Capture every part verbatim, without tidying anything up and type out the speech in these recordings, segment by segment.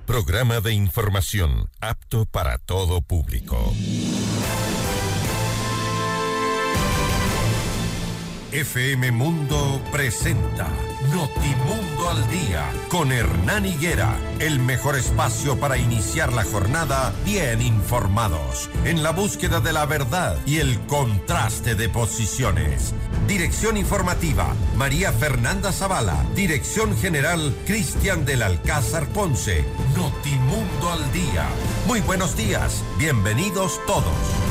Programa de información apto para todo público. F M Mundo presenta Notimundo al Día con Hernán Higuera, el mejor espacio para iniciar la jornada bien informados, en la búsqueda de la verdad y el contraste de posiciones. Dirección informativa, María Fernanda Zavala. Dirección general, Cristian del Alcázar Ponce. Notimundo al Día. Muy buenos días, bienvenidos todos.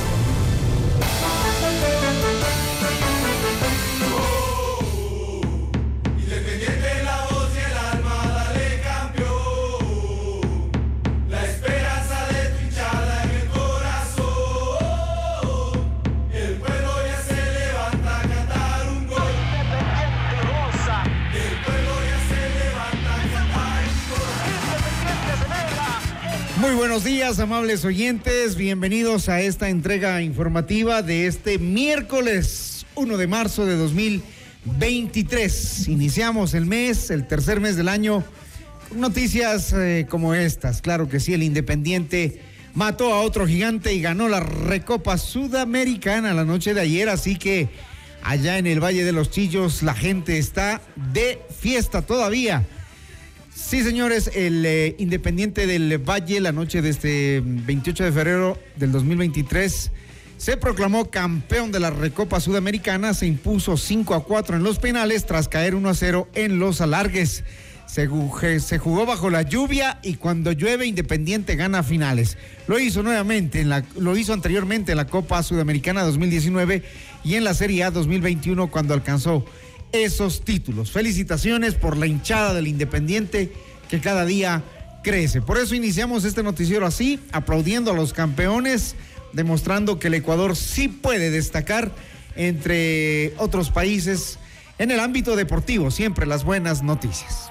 Muy buenos días, amables oyentes, bienvenidos a esta entrega informativa de este miércoles uno de marzo de dos mil veintitrés. Iniciamos el mes, el tercer mes del año, con noticias eh, como estas. Claro que sí, el Independiente mató a otro gigante y ganó la Recopa Sudamericana la noche de ayer, así que allá en el Valle de los Chillos la gente está de fiesta todavía. Sí, señores, el eh, Independiente del Valle, la noche de este veintiocho de febrero del dos mil veintitrés, se proclamó campeón de la Recopa Sudamericana, se impuso cinco a cuatro en los penales tras caer uno a cero en los alargues. Se, se jugó bajo la lluvia y cuando llueve Independiente gana finales. Lo hizo nuevamente, en la, lo hizo anteriormente en la Copa Sudamericana dos mil diecinueve y en la Serie A dos mil veintiuno cuando alcanzó esos títulos. Felicitaciones por la hinchada del Independiente que cada día crece. Por eso iniciamos este noticiero así, aplaudiendo a los campeones, demostrando que el Ecuador sí puede destacar entre otros países en el ámbito deportivo. Siempre las buenas noticias.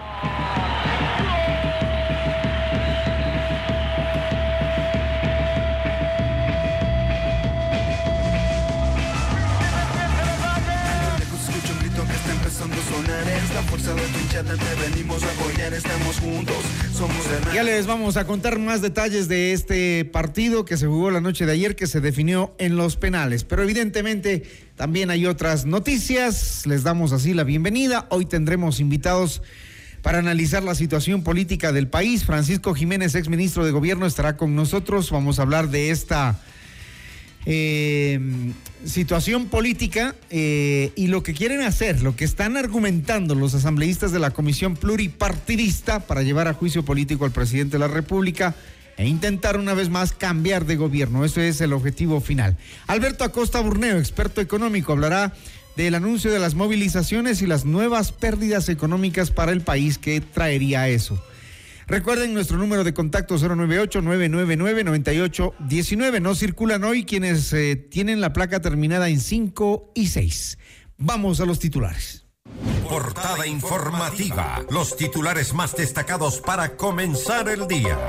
Ya les vamos a contar más detalles de este partido que se jugó la noche de ayer, que se definió en los penales, pero evidentemente también hay otras noticias. Les damos así la bienvenida. Hoy tendremos invitados para analizar la situación política del país. Francisco Jiménez, exministro de Gobierno, estará con nosotros. Vamos a hablar de esta Eh, situación política eh, y lo que quieren hacer, lo que están argumentando los asambleístas de la Comisión Pluripartidista para llevar a juicio político al presidente de la República e intentar una vez más cambiar de gobierno. Eso es el objetivo final. Alberto Acosta Burneo, experto económico, hablará del anuncio de las movilizaciones y las nuevas pérdidas económicas para el país que traería eso. Recuerden nuestro número de contacto cero nueve ocho, nueve nueve nueve, nueve ocho uno nueve. No circulan hoy quienes eh, tienen la placa terminada en cinco y seis. Vamos a los titulares. Portada informativa. Los titulares más destacados para comenzar el día.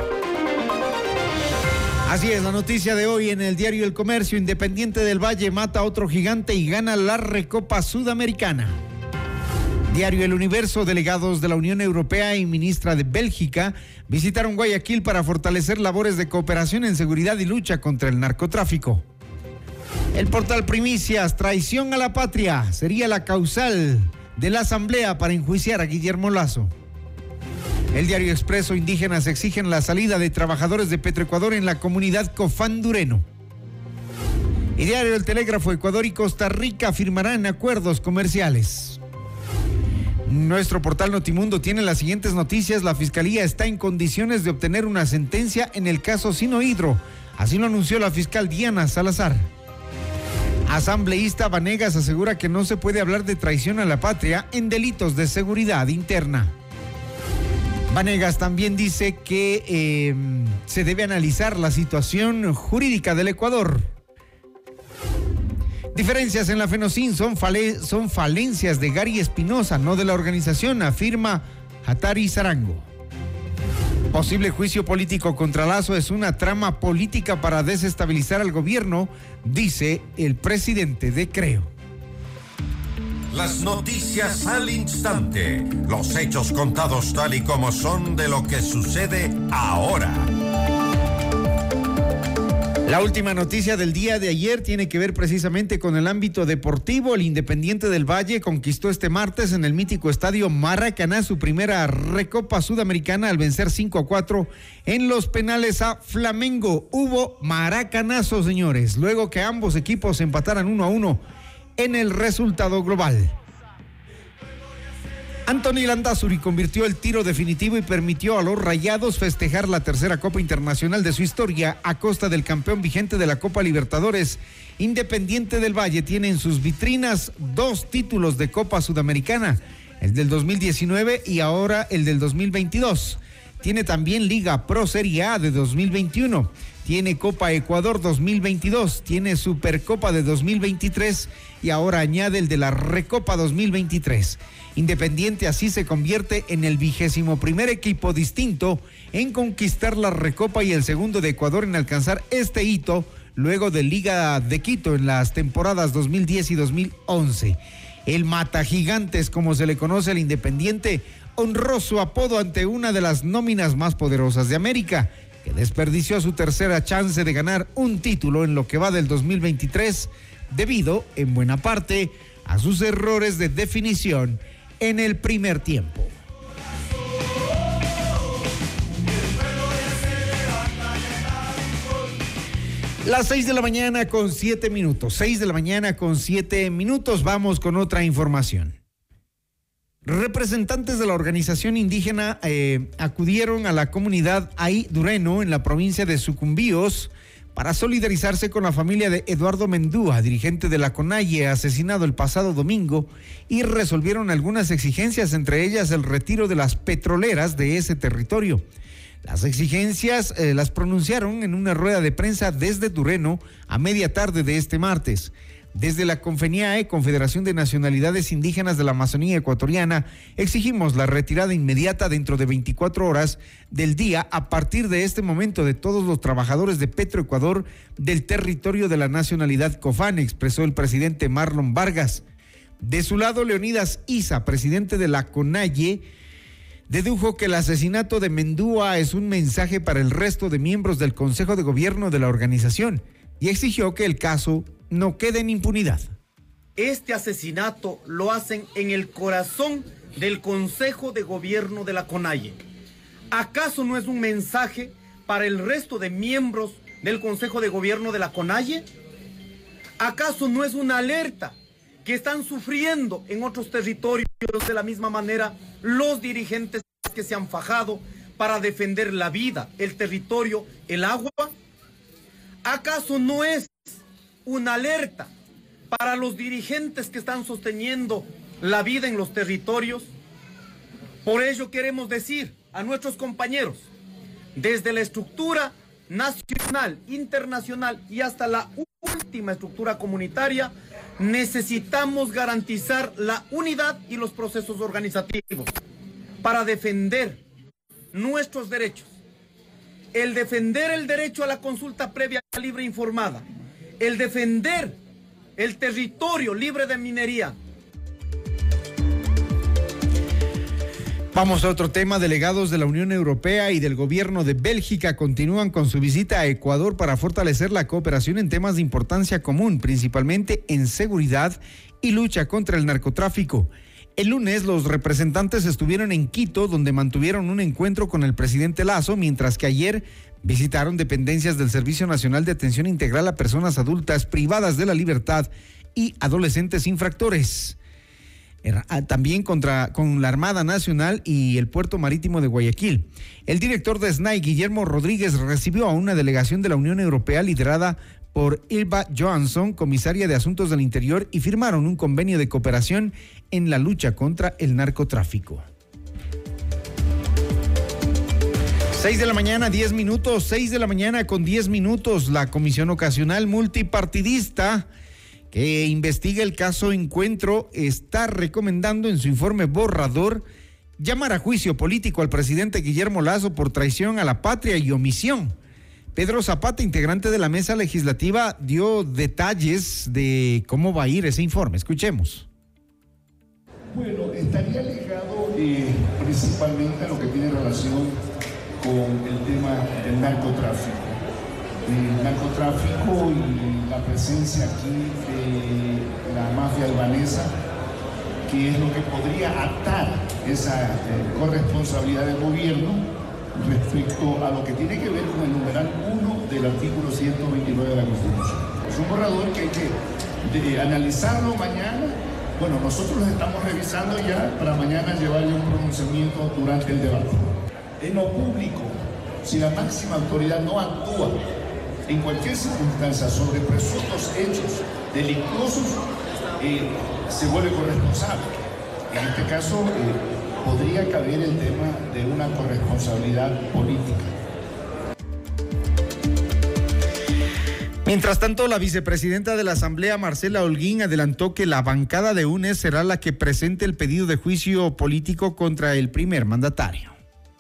Así es, la noticia de hoy en el diario El Comercio. Independiente del Valle mata a otro gigante y gana la Recopa Sudamericana. Diario El Universo, delegados de la Unión Europea y ministra de Bélgica visitaron Guayaquil para fortalecer labores de cooperación en seguridad y lucha contra el narcotráfico. El portal Primicias, traición a la patria, sería la causal de la asamblea para enjuiciar a Guillermo Lasso. El diario Expreso, indígenas exigen la salida de trabajadores de Petroecuador en la comunidad Cofandureno. Y diario El Telégrafo, Ecuador y Costa Rica firmarán acuerdos comerciales. Nuestro portal Notimundo tiene las siguientes noticias. La Fiscalía está en condiciones de obtener una sentencia en el caso Sinohidro. Así lo anunció la fiscal Diana Salazar. Asambleísta Vanegas asegura que no se puede hablar de traición a la patria en delitos de seguridad interna. Vanegas también dice que eh, se debe analizar la situación jurídica del Ecuador. Diferencias en la FENOCIN son, fale, son falencias de Gary Espinosa, no de la organización, afirma Hatari Zarango. Posible juicio político contra Lasso es una trama política para desestabilizar al gobierno, dice el presidente de Creo. Las noticias al instante. Los hechos contados tal y como son de lo que sucede ahora. La última noticia del día de ayer tiene que ver precisamente con el ámbito deportivo. El Independiente del Valle conquistó este martes en el mítico estadio Maracaná su primera Recopa Sudamericana al vencer cinco a cuatro en los penales a Flamengo. Hubo maracanazo, señores, luego que ambos equipos empataran uno a uno en el resultado global. Anthony Landázuri convirtió el tiro definitivo y permitió a los Rayados festejar la tercera Copa Internacional de su historia a costa del campeón vigente de la Copa Libertadores. Independiente del Valle tiene en sus vitrinas dos títulos de Copa Sudamericana, el del dos mil diecinueve y ahora el del dos mil veintidós. Tiene también Liga Pro Serie A de dos mil veintiuno, tiene Copa Ecuador dos mil veintidós, tiene Supercopa de dos mil veintitrés y ahora añade el de la Recopa dos mil veintitrés. Independiente así se convierte en el vigésimo primer equipo distinto en conquistar la Recopa y el segundo de Ecuador en alcanzar este hito luego de Liga de Quito en las temporadas dos mil diez y dos mil once. El Mata Gigantes, como se le conoce al Independiente, honró su apodo ante una de las nóminas más poderosas de América, que desperdició su tercera chance de ganar un título en lo que va del dos mil veintitrés, debido, en buena parte, a sus errores de definición en el primer tiempo. Las seis de la mañana con siete minutos, seis de la mañana con siete minutos, vamos con otra información. Representantes de la organización indígena eh, acudieron a la comunidad Ay Dureno en la provincia de Sucumbíos para solidarizarse con la familia de Eduardo Mendúa, dirigente de la CONAIE, asesinado el pasado domingo, y resolvieron algunas exigencias, entre ellas el retiro de las petroleras de ese territorio. Las exigencias eh, las pronunciaron en una rueda de prensa desde Dureno a media tarde de este martes. Desde la CONFENIAE, Confederación de Nacionalidades Indígenas de la Amazonía Ecuatoriana, exigimos la retirada inmediata dentro de veinticuatro horas del día a partir de este momento de todos los trabajadores de Petroecuador del territorio de la nacionalidad Cofán, expresó el presidente Marlon Vargas. De su lado, Leonidas Isa, presidente de la CONAIE, dedujo que el asesinato de Mendúa es un mensaje para el resto de miembros del Consejo de Gobierno de la organización y exigió que el caso no quede en impunidad. Este asesinato lo hacen en el corazón del Consejo de Gobierno de la CONAIE. ¿Acaso no es un mensaje para el resto de miembros del Consejo de Gobierno de la CONAIE? ¿Acaso no es una alerta que están sufriendo en otros territorios de la misma manera los dirigentes que se han fajado para defender la vida, el territorio, el agua? ¿Acaso no es una alerta para los dirigentes que están sosteniendo la vida en los territorios? Por ello queremos decir a nuestros compañeros, desde la estructura nacional, internacional y hasta la última estructura comunitaria, necesitamos garantizar la unidad y los procesos organizativos para defender nuestros derechos. El defender el derecho a la consulta previa, libre e informada, el defender el territorio libre de minería. Vamos a otro tema. Delegados de la Unión Europea y del gobierno de Bélgica continúan con su visita a Ecuador para fortalecer la cooperación en temas de importancia común, principalmente en seguridad y lucha contra el narcotráfico. El lunes los representantes estuvieron en Quito, donde mantuvieron un encuentro con el presidente Lasso, mientras que ayer visitaron dependencias del Servicio Nacional de Atención Integral a Personas Adultas Privadas de la Libertad y Adolescentes Infractores. También contra, con la Armada Nacional y el Puerto Marítimo de Guayaquil. El director de S N A I, Guillermo Rodríguez, recibió a una delegación de la Unión Europea liderada por Ylva Johansson, comisaria de Asuntos del Interior, y firmaron un convenio de cooperación en la lucha contra el narcotráfico. Seis de la mañana, diez minutos, seis de la mañana con diez minutos. La Comisión Ocasional Multipartidista que investiga el caso Encuentro está recomendando en su informe borrador llamar a juicio político al presidente Guillermo Lasso por traición a la patria y omisión. Pedro Zapata, integrante de la mesa legislativa, dio detalles de cómo va a ir ese informe. Escuchemos. Bueno, estaría ligado eh, principalmente a lo que tiene relación con el tema del narcotráfico. El narcotráfico y la presencia aquí de la mafia albanesa, que es lo que podría atar esa eh, corresponsabilidad del gobierno respecto a lo que tiene que ver con el numeral uno del artículo ciento veintinueve de la Constitución. Es un borrador que hay que de, analizarlo mañana. Bueno, nosotros lo estamos revisando ya para mañana llevarle un pronunciamiento durante el debate. En lo público, si la máxima autoridad no actúa en cualquier circunstancia sobre presuntos hechos delictuosos, eh, se vuelve corresponsable. En este caso, eh, podría caber el tema de una corresponsabilidad política. Mientras tanto, la vicepresidenta de la Asamblea, Marcela Holguín, adelantó que la bancada de U N E S será la que presente el pedido de juicio político contra el primer mandatario.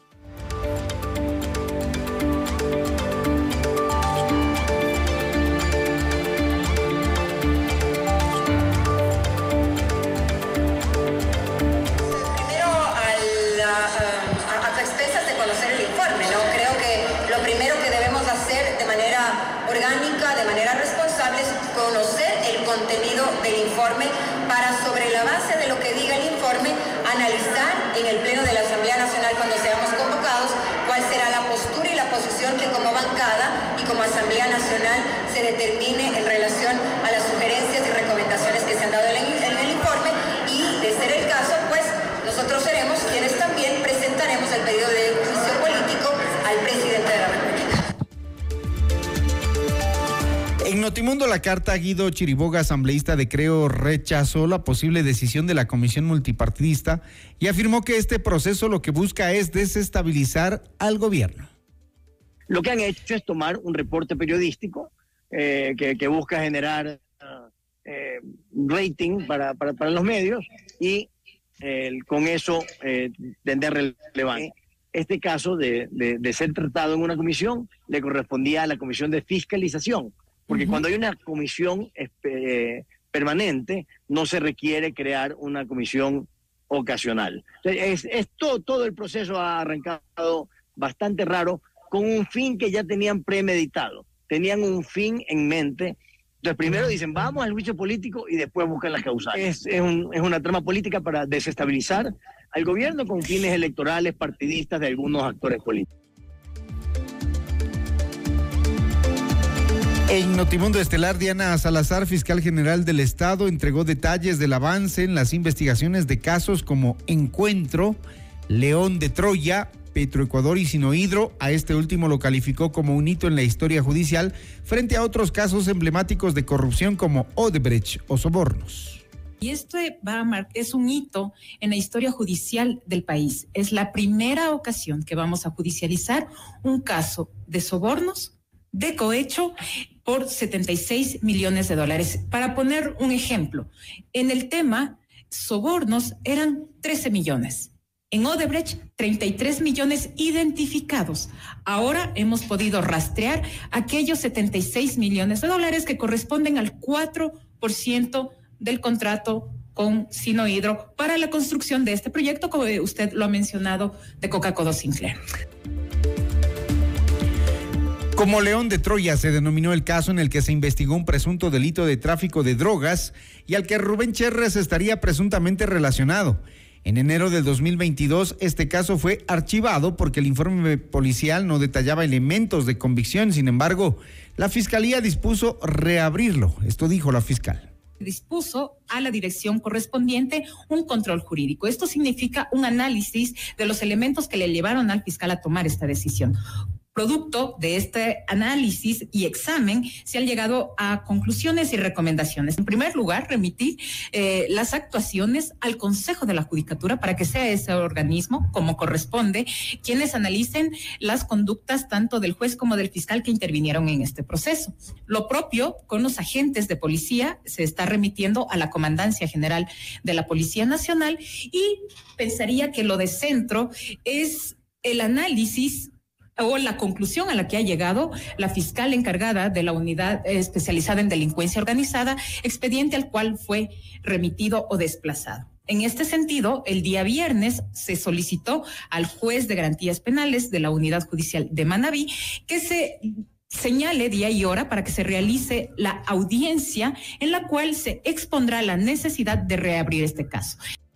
De manera responsable, conocer el contenido del informe para, sobre la base de lo que diga el informe, analizar en el Pleno de la Asamblea Nacional, cuando seamos convocados, cuál será la postura y la posición que como bancada y como Asamblea Nacional se determine en relación a las sugerencias y recomendaciones que se han dado en el, en el informe, y de ser el caso, pues nosotros seremos quienes también presentaremos el pedido de juicio político al presidente de la República. En Notimundo La Carta, Guido Chiriboga, asambleísta de Creo, rechazó la posible decisión de la comisión multipartidista y afirmó que este proceso lo que busca es desestabilizar al gobierno. Lo que han hecho es tomar un reporte periodístico eh, que, que busca generar uh, eh, rating para, para, para los medios y eh, con eso eh, tener relevancia. Este caso de, de, de ser tratado en una comisión le correspondía a la comisión de fiscalización. Porque uh-huh. cuando hay una comisión eh, permanente, no se requiere crear una comisión ocasional. Es, es todo, todo el proceso ha arrancado bastante raro, con un fin que ya tenían premeditado. Tenían un fin en mente. Entonces primero dicen, vamos al juicio político y después buscan las causales. Es, es, un, es una trama política para desestabilizar al gobierno con fines electorales, partidistas de algunos actores políticos. En Notimundo Estelar, Diana Salazar, fiscal general del Estado, entregó detalles del avance en las investigaciones de casos como Encuentro, León de Troya, Petroecuador y Sinohidro. A este último lo calificó como un hito en la historia judicial frente a otros casos emblemáticos de corrupción como Odebrecht o sobornos. Y esto va a mar- es un hito en la historia judicial del país. Es la primera ocasión que vamos a judicializar un caso de sobornos, de cohecho, por setenta y seis millones de dólares. Para poner un ejemplo, en el tema sobornos eran trece millones. En Odebrecht, treinta y tres millones identificados. Ahora hemos podido rastrear aquellos setenta y seis millones de dólares que corresponden al cuatro por ciento del contrato con Sinohidro para la construcción de este proyecto, como usted lo ha mencionado, de Coca-Cola Sinclair. Como León de Troya se denominó el caso en el que se investigó un presunto delito de tráfico de drogas y al que Rubén Cherres estaría presuntamente relacionado. En enero del dos mil veintidós, este caso fue archivado porque el informe policial no detallaba elementos de convicción. Sin embargo, la Fiscalía dispuso reabrirlo. Esto dijo la fiscal. Dispuso a la dirección correspondiente un control jurídico. Esto significa un análisis de los elementos que le llevaron al fiscal a tomar esta decisión. Producto de este análisis y examen, se han llegado a conclusiones y recomendaciones. En primer lugar, remitir eh, las actuaciones al Consejo de la Judicatura para que sea ese organismo, como corresponde, quienes analicen las conductas tanto del juez como del fiscal que intervinieron en este proceso. Lo propio con los agentes de policía se está remitiendo a la Comandancia General de la Policía Nacional, y pensaría que lo de centro es el análisis o la conclusión a la que ha llegado la fiscal encargada de la unidad especializada en delincuencia organizada, expediente al cual fue remitido o desplazado. En este sentido, el día viernes se solicitó al juez de garantías penales de la Unidad Judicial de Manabí que se señale día y hora para que se realice la audiencia en la cual se expondrá la necesidad de reabrir este caso.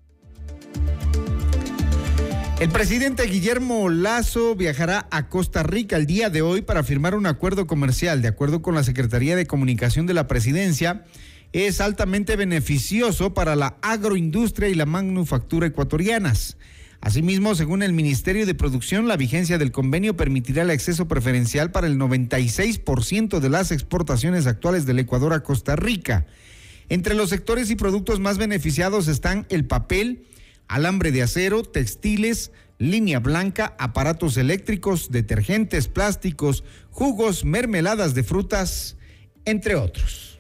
El presidente Guillermo Lasso viajará a Costa Rica el día de hoy para firmar un acuerdo comercial. De acuerdo con la Secretaría de Comunicación de la Presidencia, es altamente beneficioso para la agroindustria y la manufactura ecuatorianas. Asimismo, según el Ministerio de Producción, la vigencia del convenio permitirá el acceso preferencial para el noventa y seis por ciento de las exportaciones actuales del Ecuador a Costa Rica. Entre los sectores y productos más beneficiados están el papel, alambre de acero, textiles, línea blanca, aparatos eléctricos, detergentes, plásticos, jugos, mermeladas de frutas, entre otros.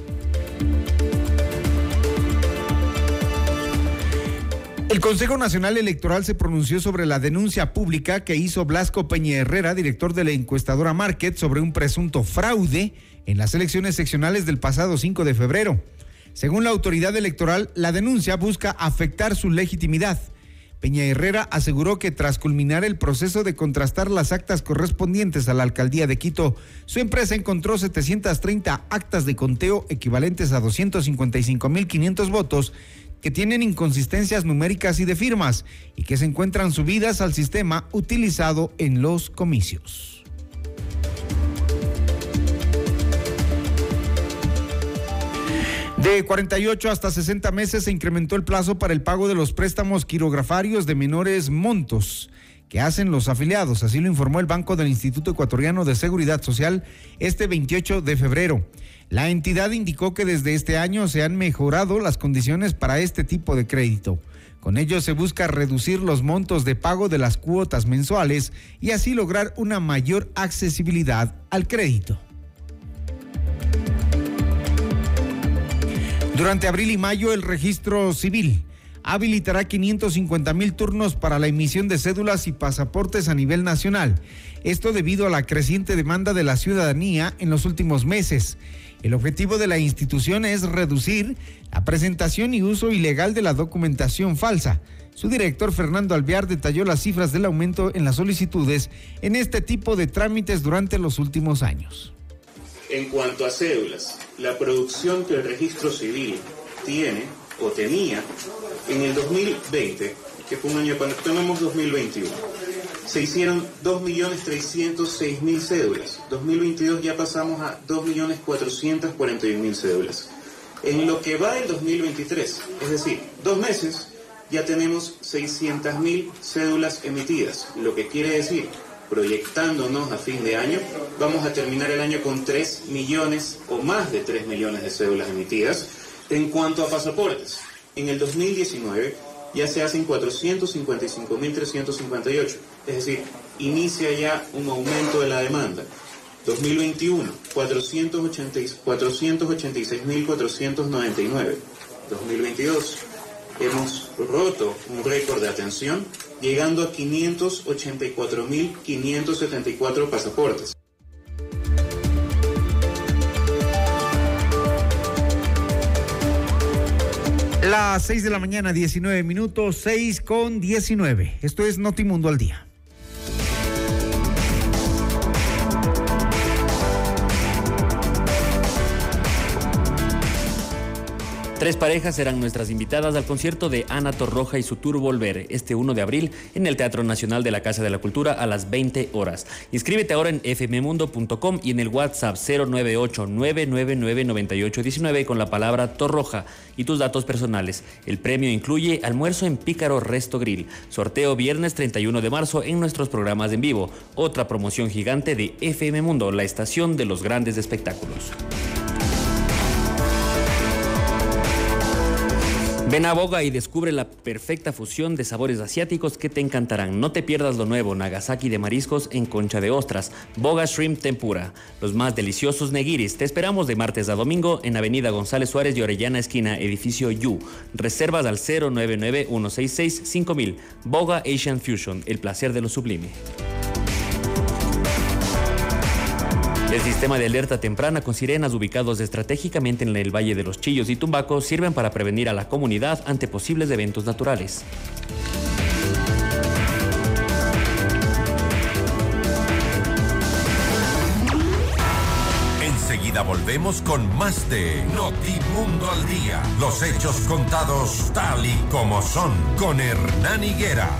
El Consejo Nacional Electoral se pronunció sobre la denuncia pública que hizo Blasco Peña Herrera, director de la encuestadora Market, sobre un presunto fraude en las elecciones seccionales del pasado cinco de febrero. Según la autoridad electoral, la denuncia busca afectar su legitimidad. Peña Herrera aseguró que tras culminar el proceso de contrastar las actas correspondientes a la alcaldía de Quito, su empresa encontró setecientas treinta actas de conteo equivalentes a doscientos cincuenta y cinco mil quinientos votos que tienen inconsistencias numéricas y de firmas y que se encuentran subidas al sistema utilizado en los comicios. De cuarenta y ocho hasta sesenta meses se incrementó el plazo para el pago de los préstamos quirografarios de menores montos que hacen los afiliados, así lo informó el Banco del Instituto Ecuatoriano de Seguridad Social este veintiocho de febrero. La entidad indicó que desde este año se han mejorado las condiciones para este tipo de crédito. Con ello se busca reducir los montos de pago de las cuotas mensuales y así lograr una mayor accesibilidad al crédito. Durante abril y mayo, el registro civil habilitará quinientos cincuenta mil turnos para la emisión de cédulas y pasaportes a nivel nacional. Esto debido a la creciente demanda de la ciudadanía en los últimos meses. El objetivo de la institución es reducir la presentación y uso ilegal de la documentación falsa. Su director, Fernando Alvear, detalló las cifras del aumento en las solicitudes en este tipo de trámites durante los últimos años. En cuanto a cédulas, la producción que el registro civil tiene o tenía en el dos mil veinte, que fue un año cuando tomamos dos mil veintiuno, se hicieron dos millones trescientos seis mil cédulas. dos mil veintidós ya pasamos a dos millones cuatrocientos cuarenta y un mil cédulas. En lo que va del dos mil veintitrés, es decir, dos meses, ya tenemos seiscientas mil cédulas emitidas, lo que quiere decir, proyectándonos a fin de año, vamos a terminar el año con tres millones o más de tres millones de cédulas emitidas. En cuanto a pasaportes, en el dos mil diecinueve ya se hacen cuatrocientos cincuenta y cinco mil trescientos cincuenta y ocho, es decir, inicia ya un aumento de la demanda. dos mil veintiuno, cuatrocientos ochenta y seis mil cuatrocientos noventa y nueve. dos mil veintidós, hemos roto un récord de atención, llegando a quinientos ochenta y cuatro mil quinientos setenta y cuatro pasaportes. Las seis de la mañana, diecinueve minutos, seis con diecinueve. Esto es Notimundo al Día. Tres parejas serán nuestras invitadas al concierto de Ana Torroja y su tour Volver este uno de abril en el Teatro Nacional de la Casa de la Cultura a las veinte horas. Inscríbete ahora en f m mundo punto com y en el WhatsApp cero nueve ocho nueve nueve nueve nueve ocho uno nueve con la palabra Torroja y tus datos personales. El premio incluye almuerzo en Pícaro Resto Grill, sorteo viernes treinta y uno de marzo en nuestros programas en vivo. Otra promoción gigante de F M Mundo, la estación de los grandes espectáculos. Ven a Boga y descubre la perfecta fusión de sabores asiáticos que te encantarán. No te pierdas lo nuevo, Nagasaki de mariscos en concha de ostras, Boga Shrimp Tempura, los más deliciosos negiris. Te esperamos de martes a domingo en Avenida González Suárez y Orellana, esquina Edificio Yu. Reservas al cero nueve nueve uno seis seis cinco mil. Boga Asian Fusion, el placer de lo sublime. El sistema de alerta temprana con sirenas ubicados estratégicamente en el Valle de los Chillos y Tumbaco sirven para prevenir a la comunidad ante posibles eventos naturales. Enseguida volvemos con más de Notimundo al Día. Los hechos contados tal y como son con Hernán Higuera.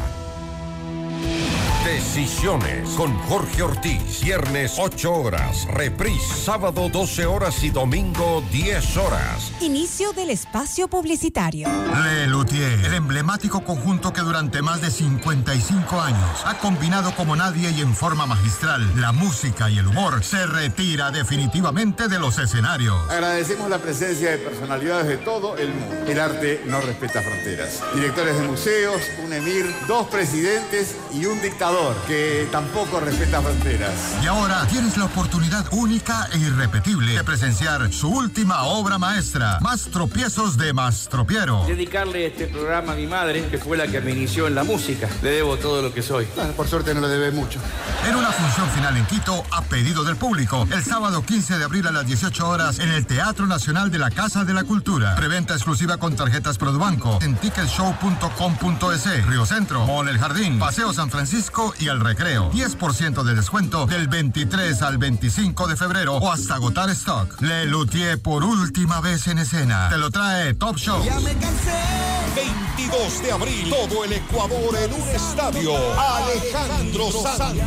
Decisiones con Jorge Ortiz. Viernes ocho horas. Reprise sábado doce horas y domingo diez horas. Inicio del espacio publicitario. Le Luthier, el emblemático conjunto que durante más de cincuenta y cinco años ha combinado como nadie y en forma magistral la música y el humor, se retira definitivamente de los escenarios. Agradecemos la presencia de personalidades de todo el mundo. El arte no respeta fronteras. Directores de museos, un emir, dos presidentes y un dictador que tampoco respeta fronteras. Y ahora tienes la oportunidad única e irrepetible de presenciar su última obra maestra, Más tropiezos de Mastropiero. Dedicarle este programa a mi madre, que fue la que me inició en la música. Le debo todo lo que soy. Bueno, por suerte no le debe mucho. En una función final en Quito, a pedido del público, el sábado quince de abril a las dieciocho horas en el Teatro Nacional de la Casa de la Cultura. Preventa exclusiva con tarjetas Produbanco en ticket show punto com punto es. Río Centro, Mall El Jardín, Paseo San Francisco y El Recreo. diez por ciento de descuento del veintitrés al veinticinco de febrero o hasta agotar stock. Le Luthier por última vez en escena. Te lo trae Top Show. Ya me cansé. veintidós de abril, todo el Ecuador en un estadio. Alejandro Sanz.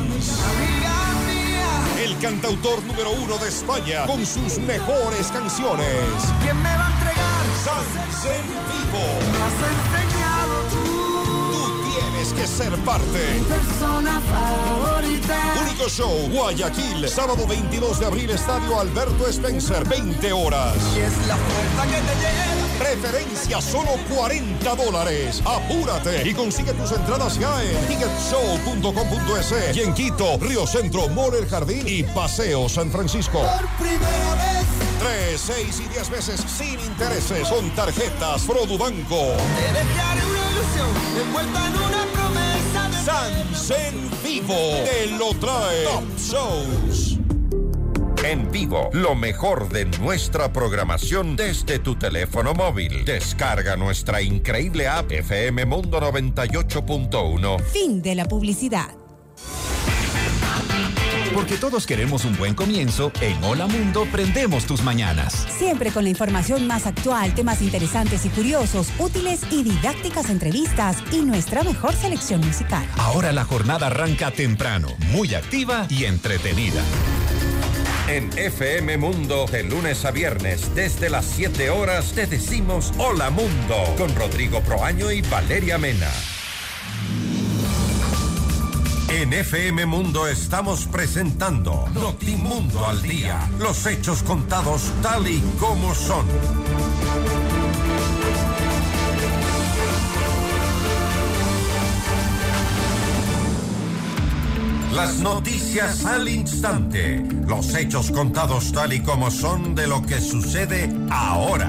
El cantautor número uno de España con sus mejores canciones. ¿Quién me va a entregar? Sanz en vivo. Me has enseñado tú. Tienes que ser parte. Mi persona favorita. Único show, Guayaquil, sábado veintidós de abril, estadio Alberto Spencer, veinte horas. Y es la puerta que te lleva. Preferencia solo cuarenta dólares. Apúrate y consigue tus entradas ya en ticket show punto com punto es. Y en Quito, Río Centro, Mall El Jardín y Paseo San Francisco. Por primera vez. Tres, seis y diez veces sin intereses con tarjetas Produbanco. Te dejaré una ilusión envuelta en una promesa de Sanz en vivo. Te lo trae Top Shows. En vivo, lo mejor de nuestra programación desde tu teléfono móvil. Descarga nuestra increíble app F M Mundo noventa y ocho punto uno. Fin de la publicidad. Porque todos queremos un buen comienzo, en Hola Mundo prendemos tus mañanas. Siempre con la información más actual, temas interesantes y curiosos, útiles y didácticas entrevistas y nuestra mejor selección musical. Ahora la jornada arranca temprano, muy activa y entretenida. En F M Mundo, de lunes a viernes, desde las siete horas, te decimos Hola Mundo, con Rodrigo Proaño y Valeria Mena. En F M Mundo estamos presentando Notimundo al Día, los hechos contados tal y como son. Las noticias al instante, los hechos contados tal y como son de lo que sucede ahora.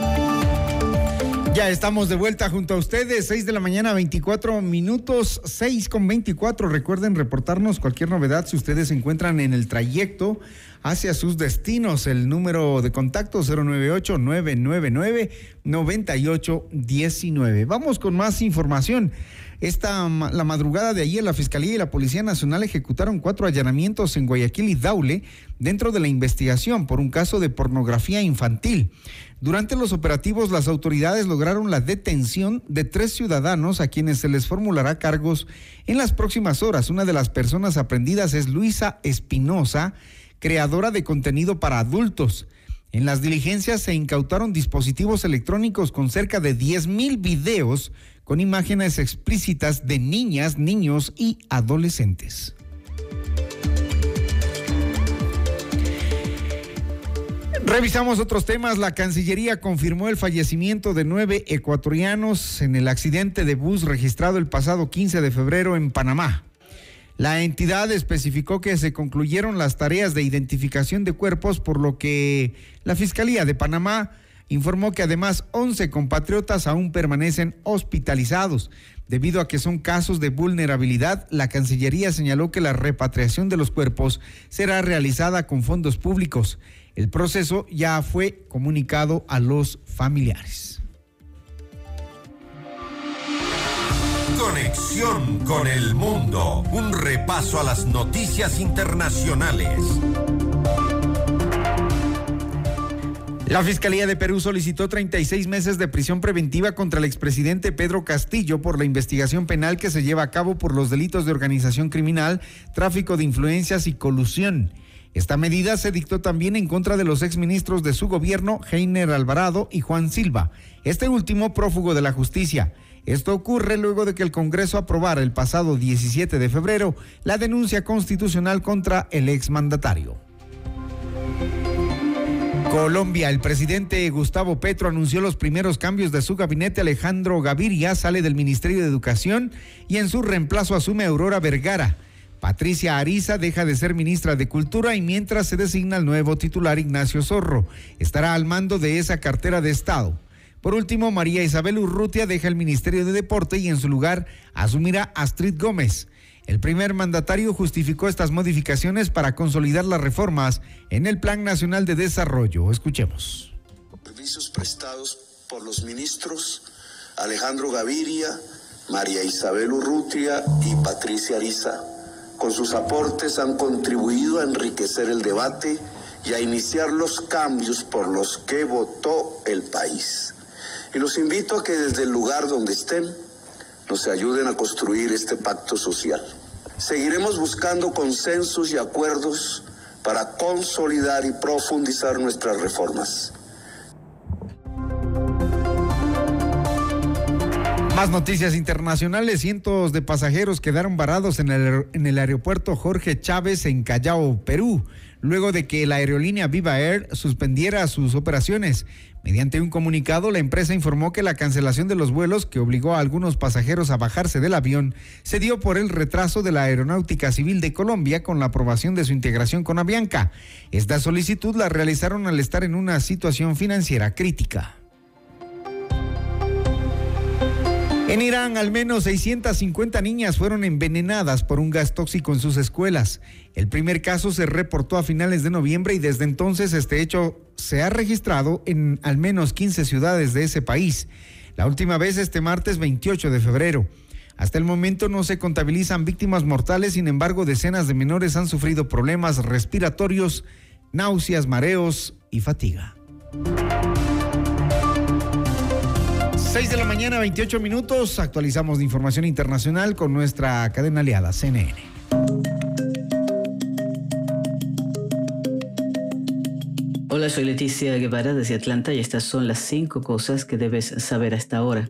Ya estamos de vuelta junto a ustedes, seis de la mañana, veinticuatro minutos, seis con veinticuatro. Recuerden reportarnos cualquier novedad si ustedes se encuentran en el trayecto hacia sus destinos. El número de contacto cero nueve ocho, nueve nueve nueve, nueve ocho uno nueve. Vamos con más información. Esta, la madrugada de ayer, la Fiscalía y la Policía Nacional ejecutaron cuatro allanamientos en Guayaquil y Daule dentro de la investigación por un caso de pornografía infantil. Durante los operativos, las autoridades lograron la detención de tres ciudadanos a quienes se les formulará cargos en las próximas horas. Una de las personas aprehendidas es Luisa Espinosa, creadora de contenido para adultos. En las diligencias se incautaron dispositivos electrónicos con cerca de diez mil videos con imágenes explícitas de niñas, niños y adolescentes. Revisamos otros temas. La Cancillería confirmó el fallecimiento de nueve ecuatorianos en el accidente de bus registrado el pasado quince de febrero en Panamá. La entidad especificó que se concluyeron las tareas de identificación de cuerpos, por lo que la Fiscalía de Panamá informó que además once compatriotas aún permanecen hospitalizados. Debido a que son casos de vulnerabilidad, la Cancillería señaló que la repatriación de los cuerpos será realizada con fondos públicos. El proceso ya fue comunicado a los familiares. Conexión con el mundo. Un repaso a las noticias internacionales. La Fiscalía de Perú solicitó treinta y seis meses de prisión preventiva contra el expresidente Pedro Castillo por la investigación penal que se lleva a cabo por los delitos de organización criminal, tráfico de influencias y colusión. Esta medida se dictó también en contra de los exministros de su gobierno, Heiner Alvarado y Juan Silva, este último prófugo de la justicia. Esto ocurre luego de que el Congreso aprobara el pasado diecisiete de febrero la denuncia constitucional contra el exmandatario. Colombia, el presidente Gustavo Petro anunció los primeros cambios de su gabinete. Alejandro Gaviria sale del Ministerio de Educación y en su reemplazo asume Aurora Vergara. Patricia Ariza deja de ser ministra de Cultura y mientras se designa el nuevo titular Ignacio Zorro. Estará al mando de esa cartera de Estado. Por último, María Isabel Urrutia deja el Ministerio de Deporte y en su lugar asumirá Astrid Gómez. El primer mandatario justificó estas modificaciones para consolidar las reformas en el Plan Nacional de Desarrollo. Escuchemos. Servicios prestados por los ministros Alejandro Gaviria, María Isabel Urrutia y Patricia Ariza. Con sus aportes han contribuido a enriquecer el debate y a iniciar los cambios por los que votó el país. Y los invito a que desde el lugar donde estén nos ayuden a construir este pacto social. Seguiremos buscando consensos y acuerdos para consolidar y profundizar nuestras reformas. Más noticias internacionales. Cientos de pasajeros quedaron varados en el, en el aeropuerto Jorge Chávez en Callao, Perú, luego de que la aerolínea Viva Air suspendiera sus operaciones. Mediante un comunicado, la empresa informó que la cancelación de los vuelos que obligó a algunos pasajeros a bajarse del avión se dio por el retraso de la Aeronáutica Civil de Colombia con la aprobación de su integración con Avianca. Esta solicitud la realizaron al estar en una situación financiera crítica. En Irán, al menos seiscientas cincuenta niñas fueron envenenadas por un gas tóxico en sus escuelas. El primer caso se reportó a finales de noviembre y desde entonces este hecho se ha registrado en al menos quince ciudades de ese país. La última vez este martes veintiocho de febrero. Hasta el momento no se contabilizan víctimas mortales, sin embargo decenas de menores han sufrido problemas respiratorios, náuseas, mareos y fatiga. seis de la mañana, veintiocho minutos. Actualizamos de información internacional con nuestra cadena aliada C N N. Hola, soy Leticia Guevara desde Atlanta y estas son las cinco cosas que debes saber hasta ahora.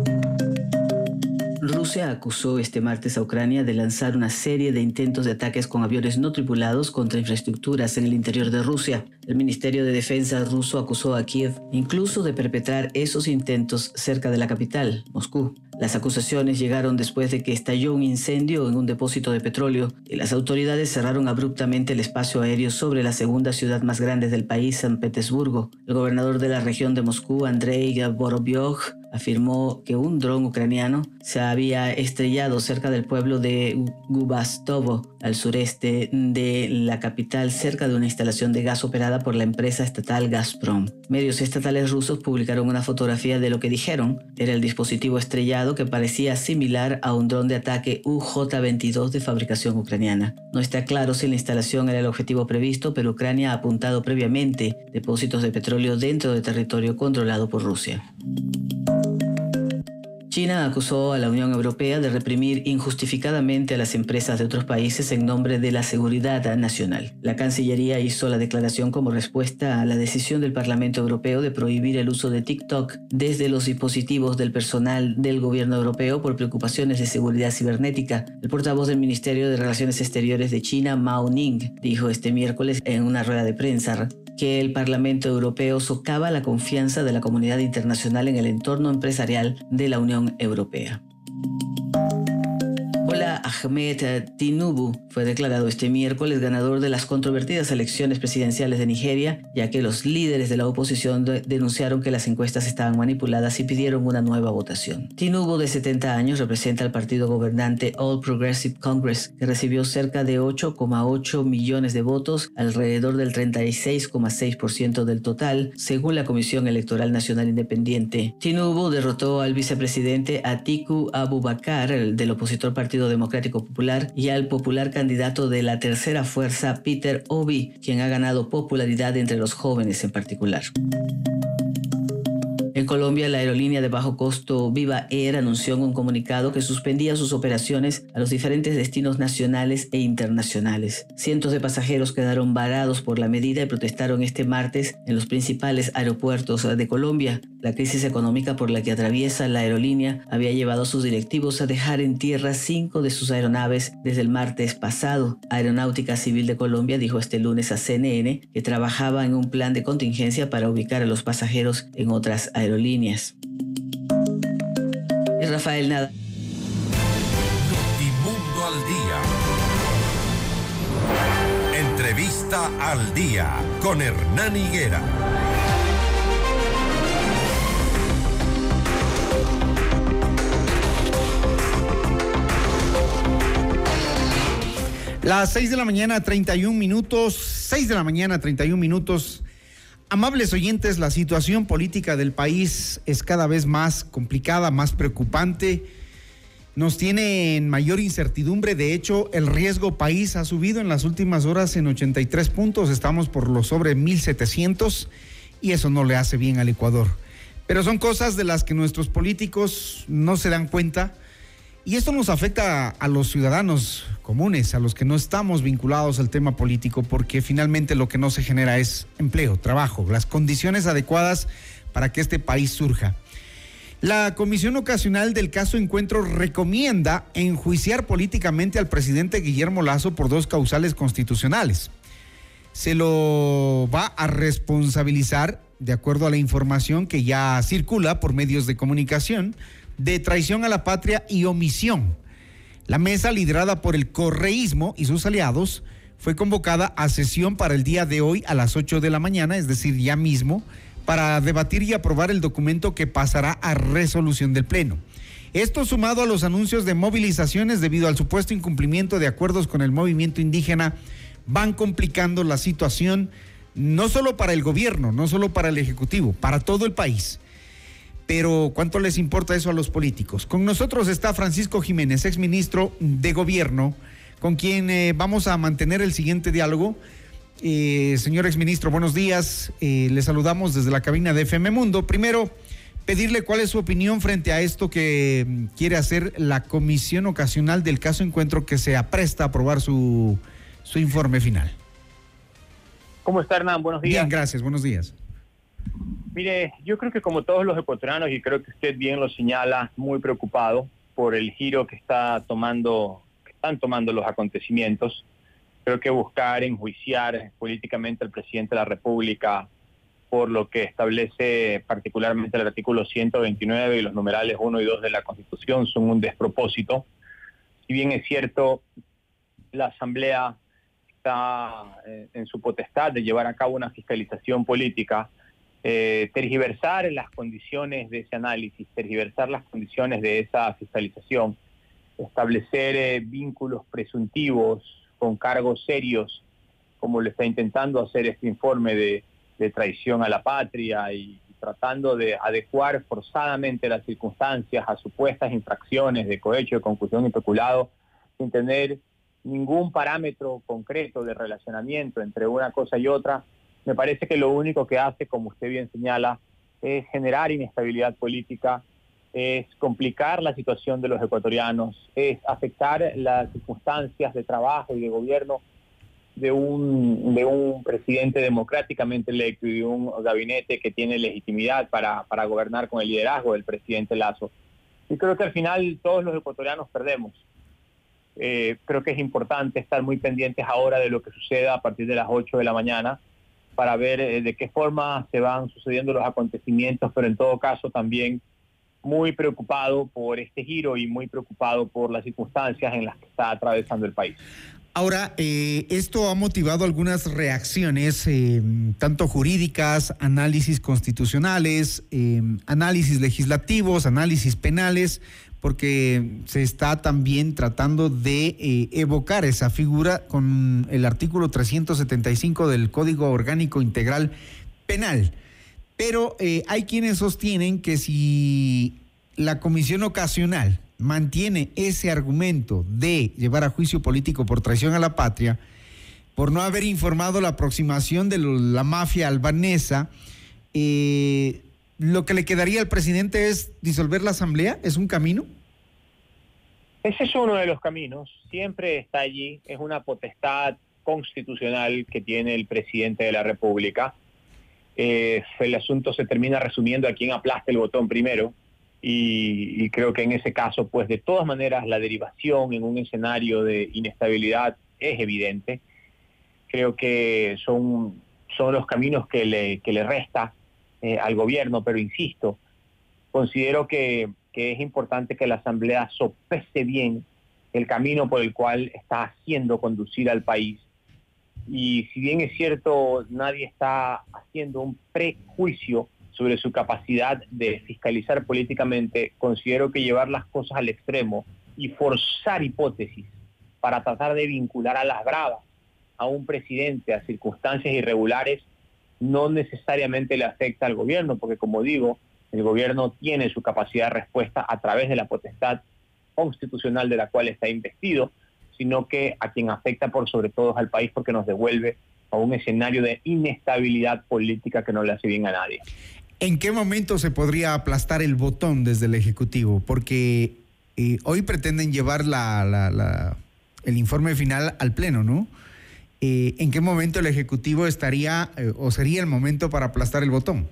Rusia acusó este martes a Ucrania de lanzar una serie de intentos de ataques con aviones no tripulados contra infraestructuras en el interior de Rusia. El Ministerio de Defensa ruso acusó a Kiev incluso de perpetrar esos intentos cerca de la capital, Moscú. Las acusaciones llegaron después de que estalló un incendio en un depósito de petróleo y las autoridades cerraron abruptamente el espacio aéreo sobre la segunda ciudad más grande del país, San Petersburgo. El gobernador de la región de Moscú, Andrei Vorobyov, afirmó que un dron ucraniano se había estrellado cerca del pueblo de Gubastovo, al sureste de la capital, cerca de una instalación de gas operada por la empresa estatal Gazprom. Medios estatales rusos publicaron una fotografía de lo que dijeron era el dispositivo estrellado que parecía similar a un dron de ataque U J veintidós de fabricación ucraniana. No está claro si la instalación era el objetivo previsto, pero Ucrania ha apuntado previamente depósitos de petróleo dentro de territorio controlado por Rusia. China acusó a la Unión Europea de reprimir injustificadamente a las empresas de otros países en nombre de la seguridad nacional. La Cancillería hizo la declaración como respuesta a la decisión del Parlamento Europeo de prohibir el uso de TikTok desde los dispositivos del personal del gobierno europeo por preocupaciones de seguridad cibernética. El portavoz del Ministerio de Relaciones Exteriores de China, Mao Ning, dijo este miércoles en una rueda de prensa que el Parlamento Europeo socava la confianza de la comunidad internacional en el entorno empresarial de la Unión Europea. Hola Ahmed Tinubu fue declarado este miércoles ganador de las controvertidas elecciones presidenciales de Nigeria, ya que los líderes de la oposición de- denunciaron que las encuestas estaban manipuladas y pidieron una nueva votación. Tinubu, de setenta años, representa al partido gobernante All Progressive Congress, que recibió cerca de ocho coma ocho millones de votos, alrededor del treinta y seis coma seis por ciento del total, según la Comisión Electoral Nacional Independiente. Tinubu derrotó al vicepresidente Atiku Abubakar, el del opositor Partido Democrático Popular, y al popular candidato de la tercera fuerza, Peter Obi, quien ha ganado popularidad entre los jóvenes en particular. En Colombia, la aerolínea de bajo costo Viva Air anunció en un comunicado que suspendía sus operaciones a los diferentes destinos nacionales e internacionales. Cientos de pasajeros quedaron varados por la medida y protestaron este martes en los principales aeropuertos de Colombia. La crisis económica por la que atraviesa la aerolínea había llevado a sus directivos a dejar en tierra cinco de sus aeronaves desde el martes pasado. Aeronáutica Civil de Colombia dijo este lunes a C N N que trabajaba en un plan de contingencia para ubicar a los pasajeros en otras aerolíneas. Y Rafael Nadal. Notimundo al día. Entrevista al día con Hernán Higuera. Las seis de la mañana, treinta y un minutos, seis de la mañana, treinta y un minutos. Amables oyentes, la situación política del país es cada vez más complicada, más preocupante. Nos tiene en mayor incertidumbre. De hecho, el riesgo país ha subido en las últimas horas en ochenta y tres puntos. Estamos por los sobre mil setecientos y eso no le hace bien al Ecuador. Pero son cosas de las que nuestros políticos no se dan cuenta. Y esto nos afecta a los ciudadanos comunes, a los que no estamos vinculados al tema político, porque finalmente lo que no se genera es empleo, trabajo, las condiciones adecuadas para que este país surja. La Comisión Ocasional del Caso Encuentro recomienda enjuiciar políticamente al presidente Guillermo Lasso por dos causales constitucionales. Se lo va a responsabilizar, de acuerdo a la información que ya circula por medios de comunicación, de traición a la patria y omisión. La mesa, liderada por el correísmo y sus aliados, fue convocada a sesión para el día de hoy a las ocho de la mañana, es decir, ya mismo, para debatir y aprobar el documento que pasará a resolución del Pleno. Esto sumado a los anuncios de movilizaciones debido al supuesto incumplimiento de acuerdos con el movimiento indígena, van complicando la situación no solo para el gobierno, no solo para el Ejecutivo, para todo el país. Pero ¿cuánto les importa eso a los políticos? Con nosotros está Francisco Jiménez, exministro de Gobierno, con quien eh, vamos a mantener el siguiente diálogo. Eh, señor exministro, buenos días. Eh, le saludamos desde la cabina de F M Mundo. Primero, pedirle cuál es su opinión frente a esto que mm, quiere hacer la Comisión Ocasional del Caso Encuentro, que se apresta a aprobar su, su informe final. ¿Cómo está, Hernán? Buenos días. Bien, gracias. Buenos días. Mire, yo creo que como todos los ecuatorianos, y creo que usted bien lo señala, muy preocupado por el giro que está tomando, que están tomando los acontecimientos. Creo que buscar enjuiciar políticamente al presidente de la República por lo que establece particularmente el artículo ciento veintinueve y los numerales uno y dos de la Constitución son un despropósito. Si bien es cierto, la Asamblea está eh, en su potestad de llevar a cabo una fiscalización política, Eh, tergiversar las condiciones de ese análisis, tergiversar las condiciones de esa fiscalización, establecer eh, vínculos presuntivos con cargos serios, como lo está intentando hacer este informe de, de traición a la patria y, y tratando de adecuar forzadamente las circunstancias a supuestas infracciones de cohecho, de concusión y peculado, sin tener ningún parámetro concreto de relacionamiento entre una cosa y otra. Me parece que lo único que hace, como usted bien señala, es generar inestabilidad política, es complicar la situación de los ecuatorianos, es afectar las circunstancias de trabajo y de gobierno de un, de un presidente democráticamente electo y de un gabinete que tiene legitimidad para, para gobernar con el liderazgo del presidente Lasso. Y creo que al final todos los ecuatorianos perdemos. Eh, creo que es importante estar muy pendientes ahora de lo que suceda a partir de las ocho de la mañana, para ver eh, de qué forma se van sucediendo los acontecimientos, pero en todo caso también muy preocupado por este giro y muy preocupado por las circunstancias en las que está atravesando el país. Ahora, eh, esto ha motivado algunas reacciones, eh, tanto jurídicas, análisis constitucionales, eh, análisis legislativos, análisis penales, porque se está también tratando de eh, evocar esa figura con el artículo trescientos setenta y cinco del Código Orgánico Integral Penal. Pero eh, hay quienes sostienen que si la comisión ocasional mantiene ese argumento de llevar a juicio político por traición a la patria, por no haber informado la aproximación de la mafia albanesa, eh, lo que le quedaría al presidente es disolver la asamblea. ¿Es un camino? Ese es uno de los caminos, siempre está allí, es una potestad constitucional que tiene el presidente de la República. Eh, el asunto se termina resumiendo a quien aplaste el botón primero. Y, y creo que en ese caso, pues de todas maneras, la derivación en un escenario de inestabilidad es evidente. Creo que son, son los caminos que le, que le resta eh, al gobierno, pero insisto, considero que, que es importante que la Asamblea sopese bien el camino por el cual está haciendo conducir al país. Y si bien es cierto, nadie está haciendo un prejuicio sobre su capacidad de fiscalizar políticamente, considero que llevar las cosas al extremo y forzar hipótesis para tratar de vincular a las bravas a un presidente a circunstancias irregulares no necesariamente le afecta al gobierno, porque como digo, el gobierno tiene su capacidad de respuesta a través de la potestad constitucional de la cual está investido, sino que a quien afecta por sobre todo es al país, porque nos devuelve a un escenario de inestabilidad política que no le hace bien a nadie. ¿En qué momento se podría aplastar el botón desde el Ejecutivo? Porque eh, hoy pretenden llevar la, la, la, el informe final al Pleno, ¿no? Eh, ¿En qué momento el Ejecutivo estaría eh, o sería el momento para aplastar el botón?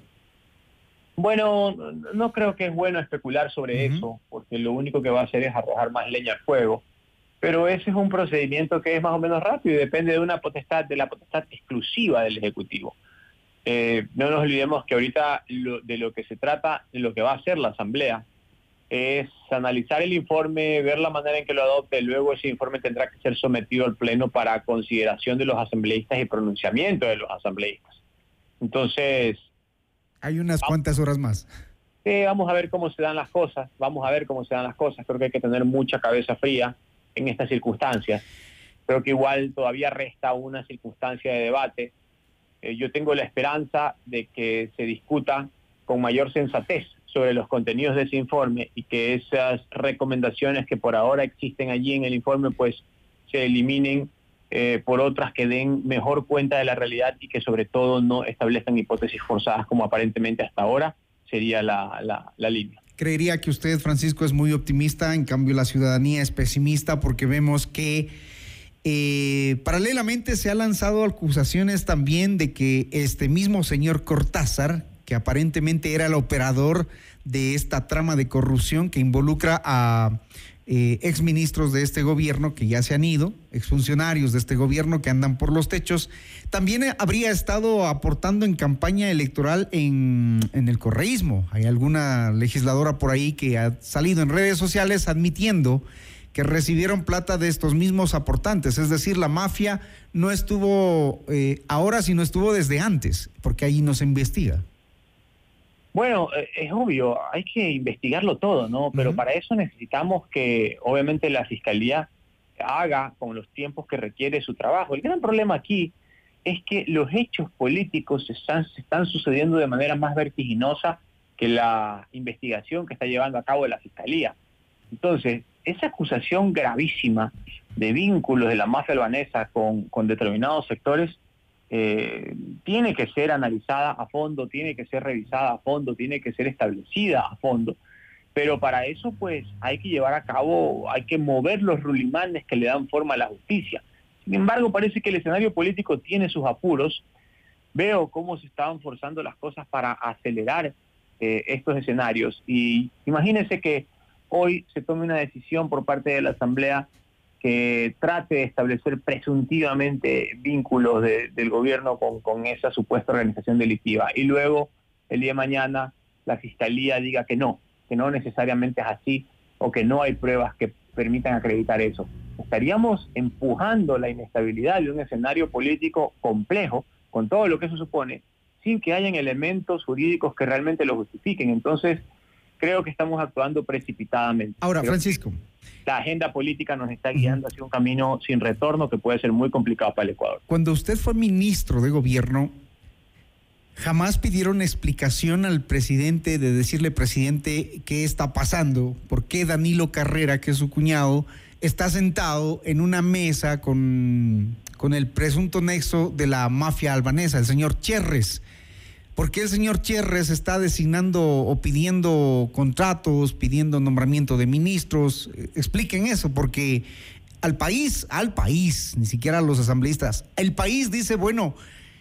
Bueno, no creo que es bueno especular sobre uh-huh. eso, porque lo único que va a hacer es arrojar más leña al fuego. Pero ese es un procedimiento que es más o menos rápido y depende de una potestad, de la potestad exclusiva del Ejecutivo. Eh, no nos olvidemos que ahorita lo, de lo que se trata, de lo que va a hacer la Asamblea, es analizar el informe, ver la manera en que lo adopte, luego ese informe tendrá que ser sometido al Pleno para consideración de los asambleístas y pronunciamiento de los asambleístas. Entonces... Hay unas cuantas horas más. Sí, vamos a ver cómo se dan las cosas, vamos a ver cómo se dan las cosas. Creo que hay que tener mucha cabeza fría en estas circunstancias. Creo que igual todavía resta una circunstancia de debate. Eh, yo tengo la esperanza de que se discuta con mayor sensatez sobre los contenidos de ese informe y que esas recomendaciones que por ahora existen allí en el informe pues se eliminen eh, por otras que den mejor cuenta de la realidad y que sobre todo no establezcan hipótesis forzadas como aparentemente hasta ahora sería la, la, la línea. Creería que usted, Francisco, es muy optimista, en cambio la ciudadanía es pesimista porque vemos que Eh, paralelamente se han lanzado acusaciones también de que este mismo señor Cortázar, que aparentemente era el operador de esta trama de corrupción que involucra a eh, exministros de este gobierno que ya se han ido, exfuncionarios de este gobierno que andan por los techos, también habría estado aportando en campaña electoral en, en el correísmo. Hay alguna legisladora por ahí que ha salido en redes sociales admitiendo que recibieron plata de estos mismos aportantes, es decir, la mafia no estuvo eh, ahora, sino estuvo desde antes, porque ahí no se investiga. Bueno, es obvio, hay que investigarlo todo, ¿no? Pero uh-huh. para eso necesitamos que, obviamente, la Fiscalía haga con los tiempos que requiere su trabajo. El gran problema aquí es que los hechos políticos se están, se están sucediendo de manera más vertiginosa que la investigación que está llevando a cabo la Fiscalía. Entonces, esa acusación gravísima de vínculos de la mafia albanesa con, con determinados sectores eh, tiene que ser analizada a fondo, tiene que ser revisada a fondo, tiene que ser establecida a fondo. Pero para eso, pues, hay que llevar a cabo, hay que mover los rulimanes que le dan forma a la justicia. Sin embargo, parece que el escenario político tiene sus apuros. Veo cómo se estaban forzando las cosas para acelerar eh, estos escenarios. Y imagínense que hoy se tome una decisión por parte de la Asamblea que trate de establecer presuntivamente vínculos de, del gobierno con, con esa supuesta organización delictiva. Y luego, el día de mañana, la Fiscalía diga que no, que no necesariamente es así o que no hay pruebas que permitan acreditar eso. Estaríamos empujando la inestabilidad de un escenario político complejo, con todo lo que eso supone, sin que hayan elementos jurídicos que realmente lo justifiquen. Entonces, creo que estamos actuando precipitadamente. Ahora, creo Francisco. La agenda política nos está guiando hacia un camino sin retorno que puede ser muy complicado para el Ecuador. Cuando usted fue ministro de gobierno, ¿jamás pidieron explicación al presidente de decirle, presidente, qué está pasando? ¿Por qué Danilo Carrera, que es su cuñado, está sentado en una mesa con, con el presunto nexo de la mafia albanesa, el señor Cherres? ¿Por qué el señor Cherres está designando o pidiendo contratos, pidiendo nombramiento de ministros? Expliquen eso, porque al país, al país, ni siquiera a los asambleístas, el país dice, bueno,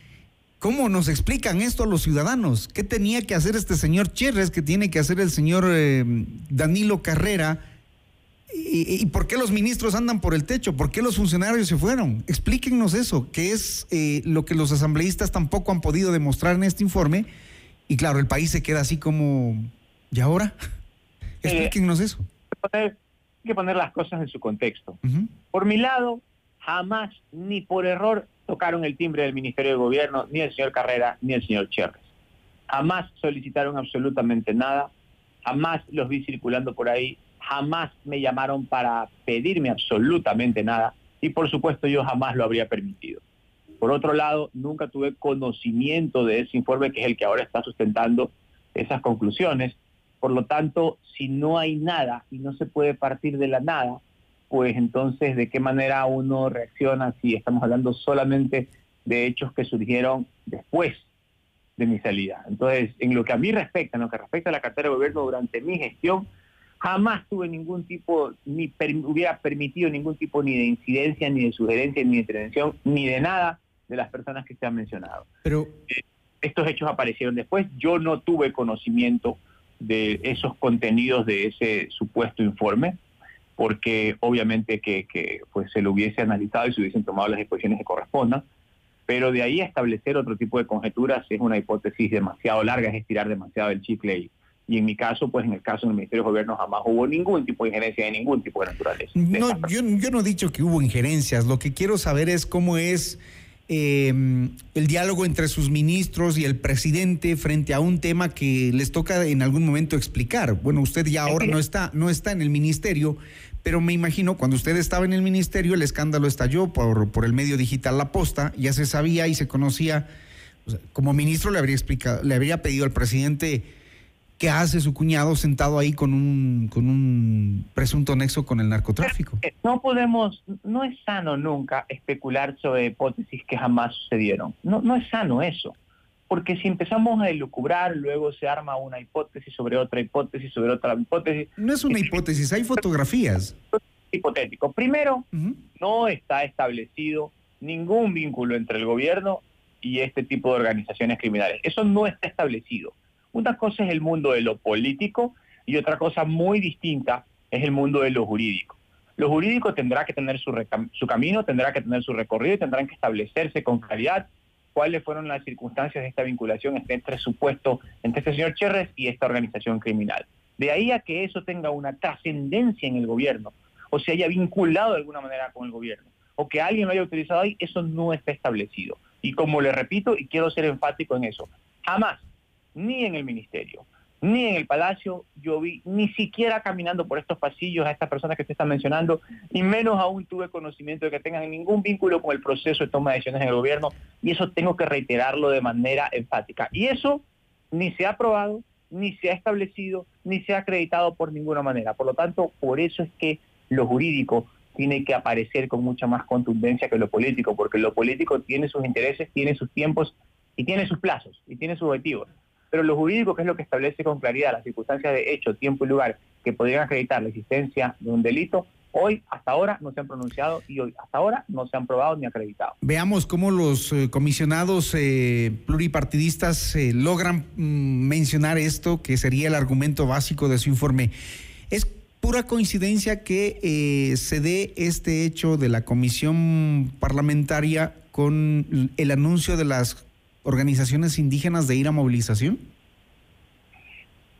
¿cómo nos explican esto a los ciudadanos? ¿Qué tenía que hacer este señor Cherres? ¿Qué tiene que hacer el señor eh, Danilo Carrera? ¿Y, ¿Y por qué los ministros andan por el techo? ¿Por qué los funcionarios se fueron? Explíquennos eso, que es eh, lo que los asambleístas tampoco han podido demostrar en este informe. Y claro, el país se queda así como, ¿y ahora? Explíquennos eh, eso. Hay que poner las cosas en su contexto. Uh-huh. Por mi lado, jamás, ni por error, tocaron el timbre del Ministerio de Gobierno, ni el señor Carrera, ni el señor Cherres. Jamás solicitaron absolutamente nada, jamás los vi circulando por ahí, jamás me llamaron para pedirme absolutamente nada y por supuesto yo jamás lo habría permitido. Por otro lado, nunca tuve conocimiento de ese informe que es el que ahora está sustentando esas conclusiones. Por lo tanto, si no hay nada y no se puede partir de la nada, pues entonces ¿de qué manera uno reacciona si estamos hablando solamente de hechos que surgieron después de mi salida? Entonces, en lo que a mí respecta, en lo que respecta a la cartera de gobierno durante mi gestión, jamás tuve ningún tipo, ni per, hubiera permitido ningún tipo ni de incidencia, ni de sugerencia, ni de intervención, ni de nada de las personas que se han mencionado. Pero eh, estos hechos aparecieron después. Yo no tuve conocimiento de esos contenidos de ese supuesto informe, porque obviamente que, que pues, se lo hubiese analizado y se hubiesen tomado las disposiciones que correspondan, pero de ahí a establecer otro tipo de conjeturas es una hipótesis demasiado larga, es estirar demasiado el chicle y Y en mi caso, pues en el caso del Ministerio de Gobierno jamás hubo ningún tipo de injerencia de ningún tipo de naturaleza. De no, yo, yo no he dicho que hubo injerencias. Lo que quiero saber es cómo es eh, el diálogo entre sus ministros y el presidente frente a un tema que les toca en algún momento explicar. Bueno, usted ya ahora no está, no está en el ministerio, pero me imagino cuando usted estaba en el ministerio el escándalo estalló por, por el medio digital La Posta, ya se sabía y se conocía. O sea, como ministro le habría explicado, le habría pedido al presidente ¿qué hace su cuñado sentado ahí con un con un presunto nexo con el narcotráfico? No podemos, no es sano nunca especular sobre hipótesis que jamás sucedieron. No, no es sano eso. Porque si empezamos a elucubrar, luego se arma una hipótesis sobre otra hipótesis, sobre otra hipótesis. No es una hipótesis, hay fotografías. Hipotético. Primero, uh-huh. no está establecido ningún vínculo entre el gobierno y este tipo de organizaciones criminales. Eso no está establecido. Una cosa es el mundo de lo político y otra cosa muy distinta es el mundo de lo jurídico. Lo jurídico tendrá que tener su, recam- su camino, tendrá que tener su recorrido y tendrán que establecerse con claridad cuáles fueron las circunstancias de esta vinculación entre este supuesto, entre este señor Cherres y esta organización criminal. De ahí a que eso tenga una trascendencia en el gobierno o se haya vinculado de alguna manera con el gobierno o que alguien lo haya utilizado ahí, eso no está establecido. Y como le repito, y quiero ser enfático en eso, jamás, ni en el ministerio, ni en el palacio, yo vi ni siquiera caminando por estos pasillos a estas personas que se están mencionando, y menos aún tuve conocimiento de que tengan ningún vínculo con el proceso de toma de decisiones en el gobierno, y eso tengo que reiterarlo de manera enfática. Y eso ni se ha probado, ni se ha establecido, ni se ha acreditado por ninguna manera. Por lo tanto, por eso es que lo jurídico tiene que aparecer con mucha más contundencia que lo político, porque lo político tiene sus intereses, tiene sus tiempos, y tiene sus plazos, y tiene sus objetivos. Pero lo jurídico, que es lo que establece con claridad las circunstancias de hecho, tiempo y lugar que podrían acreditar la existencia de un delito, hoy, hasta ahora, no se han pronunciado y hoy, hasta ahora, no se han probado ni acreditado. Veamos cómo los eh, comisionados eh, pluripartidistas eh, logran mm, mencionar esto, que sería el argumento básico de su informe. Es pura coincidencia que eh, se dé este hecho de la comisión parlamentaria con el anuncio de las organizaciones indígenas de ir a movilización.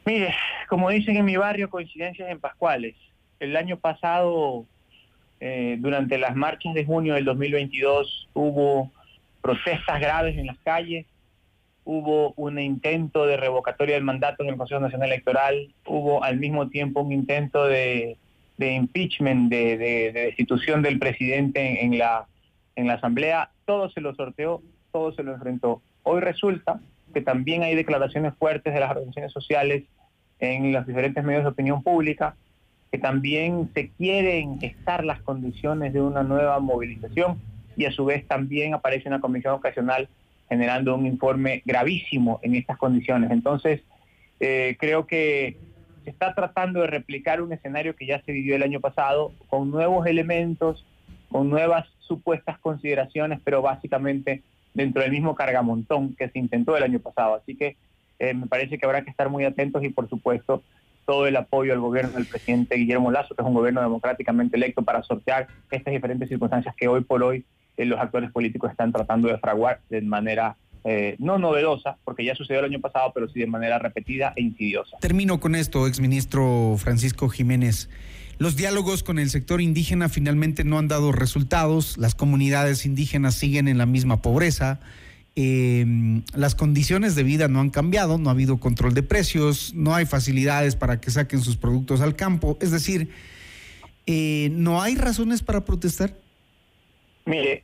Mire, como dicen en mi barrio, coincidencias en Pascuales. El año pasado, eh, durante las marchas de junio del dos mil veintidós, hubo protestas graves en las calles, hubo un intento de revocatoria del mandato en el Consejo Nacional Electoral, hubo al mismo tiempo un intento de, de impeachment, de, de, de destitución del presidente en la, en la Asamblea. Todo se lo sorteó, todo se lo enfrentó. Hoy resulta que también hay declaraciones fuertes de las organizaciones sociales en los diferentes medios de opinión pública, que también se quieren gestar las condiciones de una nueva movilización, y a su vez también aparece una comisión ocasional generando un informe gravísimo en estas condiciones. Entonces, eh, creo que se está tratando de replicar un escenario que ya se vivió el año pasado, con nuevos elementos, con nuevas supuestas consideraciones, pero básicamente dentro del mismo cargamontón que se intentó el año pasado. Así que eh, me parece que habrá que estar muy atentos y, por supuesto, todo el apoyo al gobierno del presidente Guillermo Lasso, que es un gobierno democráticamente electo, para sortear estas diferentes circunstancias que hoy por hoy eh, los actores políticos están tratando de fraguar de manera eh, no novedosa, porque ya sucedió el año pasado, pero sí de manera repetida e insidiosa. Termino con esto, exministro Francisco Jiménez. Los diálogos con el sector indígena finalmente no han dado resultados, las comunidades indígenas siguen en la misma pobreza, eh, las condiciones de vida no han cambiado, no ha habido control de precios, no hay facilidades para que saquen sus productos al campo, es decir, eh, ¿no hay razones para protestar? Mire,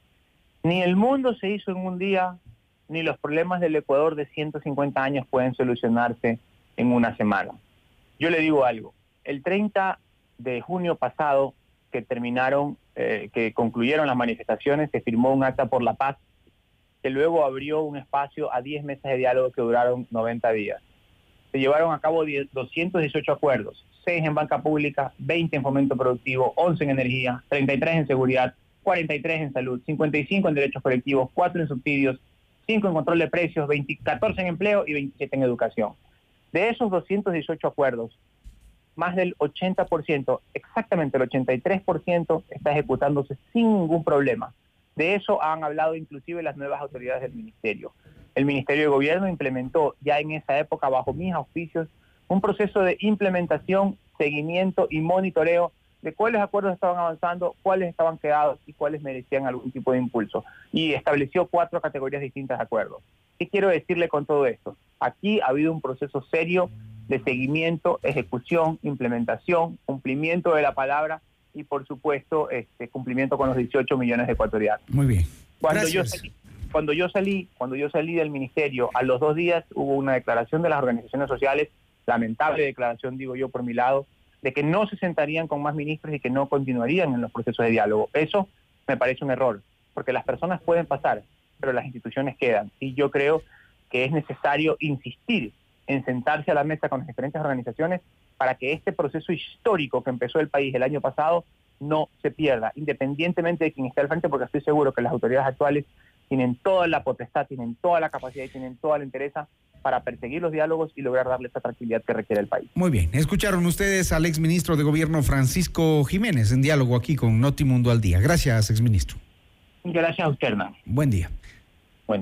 ni el mundo se hizo en un día, ni los problemas del Ecuador de ciento cincuenta años pueden solucionarse en una semana. Yo le digo algo, el treinta de junio pasado, que terminaron, eh, que concluyeron las manifestaciones, se firmó un acta por la paz, que luego abrió un espacio a diez mesas de diálogo que duraron noventa días. Se llevaron a cabo doscientos dieciocho acuerdos, seis en banca pública, veinte en fomento productivo, once en energía, treinta y tres en seguridad, cuarenta y tres en salud, cincuenta y cinco en derechos colectivos, cuatro en subsidios, cinco en control de precios, veinte, catorce en empleo y veintisiete en educación. De esos doscientos dieciocho acuerdos, más del ochenta por ciento, exactamente el ochenta y tres por ciento está ejecutándose sin ningún problema. De eso han hablado inclusive las nuevas autoridades del ministerio. El Ministerio de Gobierno implementó ya en esa época, bajo mis auspicios, un proceso de implementación, seguimiento y monitoreo de cuáles acuerdos estaban avanzando, cuáles estaban quedados y cuáles merecían algún tipo de impulso. Y estableció cuatro categorías distintas de acuerdos. ¿Qué quiero decirle con todo esto? Aquí ha habido un proceso serio de seguimiento, ejecución, implementación, cumplimiento de la palabra y, por supuesto, este cumplimiento con los dieciocho millones de ecuatorianos. Muy bien. Cuando yo salí, cuando yo salí, cuando yo salí del ministerio, a los dos días hubo una declaración de las organizaciones sociales, lamentable declaración, digo yo por mi lado, de que no se sentarían con más ministros y que no continuarían en los procesos de diálogo. Eso me parece un error, porque las personas pueden pasar, pero las instituciones quedan. Y yo creo que es necesario insistir en sentarse a la mesa con las diferentes organizaciones para que este proceso histórico que empezó el país el año pasado no se pierda, independientemente de quién esté al frente, porque estoy seguro que las autoridades actuales tienen toda la potestad, tienen toda la capacidad y tienen toda la interés para perseguir los diálogos y lograr darle esa tranquilidad que requiere el país. Muy bien, escucharon ustedes al exministro de Gobierno Francisco Jiménez en diálogo aquí con Notimundo al Día. Gracias, exministro. Gracias a usted, Hernán. Buen día. Buen.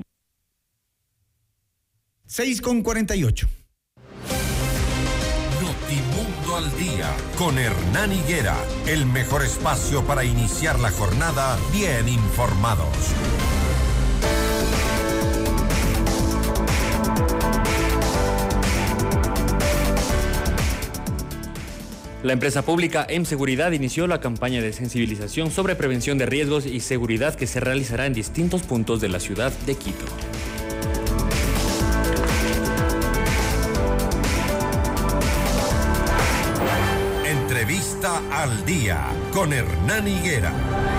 seis con cuarenta y ocho. Notimundo al Día con Hernán Higuera, el mejor espacio para iniciar la jornada bien informados. La empresa pública M Seguridad inició la campaña de sensibilización sobre prevención de riesgos y seguridad que se realizará en distintos puntos de la ciudad de Quito. Entrevista al Día con Hernán Higuera.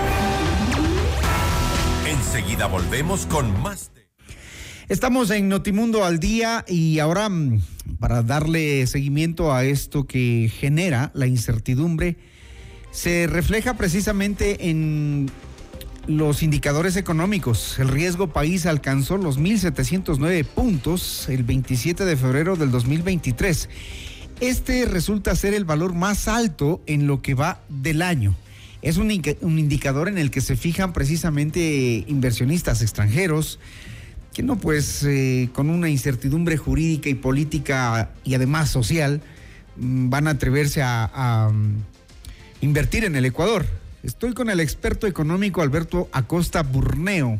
Enseguida volvemos con más. De... Estamos en Notimundo al Día y ahora, para darle seguimiento a esto que genera la incertidumbre, se refleja precisamente en los indicadores económicos. El riesgo país alcanzó los mil setecientos nueve puntos el veintisiete de febrero del dos mil veintitrés. Este resulta ser el valor más alto en lo que va del año. Es un, un indicador en el que se fijan precisamente inversionistas extranjeros, que no, pues eh, con una incertidumbre jurídica y política y además social, mmm, van a atreverse a, a um, invertir en el Ecuador. Estoy con el experto económico Alberto Acosta Burneo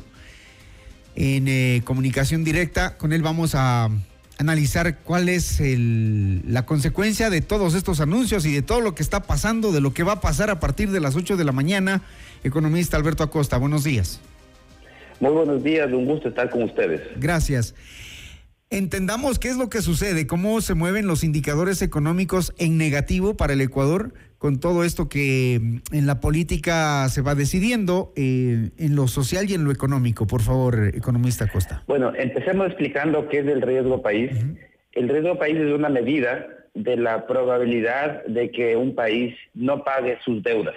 en eh, comunicación directa. Con él vamos a analizar cuál es el, la consecuencia de todos estos anuncios y de todo lo que está pasando, de lo que va a pasar a partir de las ocho de la mañana. Economista Alberto Acosta, buenos días. Muy buenos días, un gusto estar con ustedes. Gracias. Entendamos qué es lo que sucede, cómo se mueven los indicadores económicos en negativo para el Ecuador con todo esto que en la política se va decidiendo, eh, en lo social y en lo económico. Por favor, economista Acosta. Bueno, empecemos explicando qué es el riesgo país. Uh-huh. El riesgo país es una medida de la probabilidad de que un país no pague sus deudas.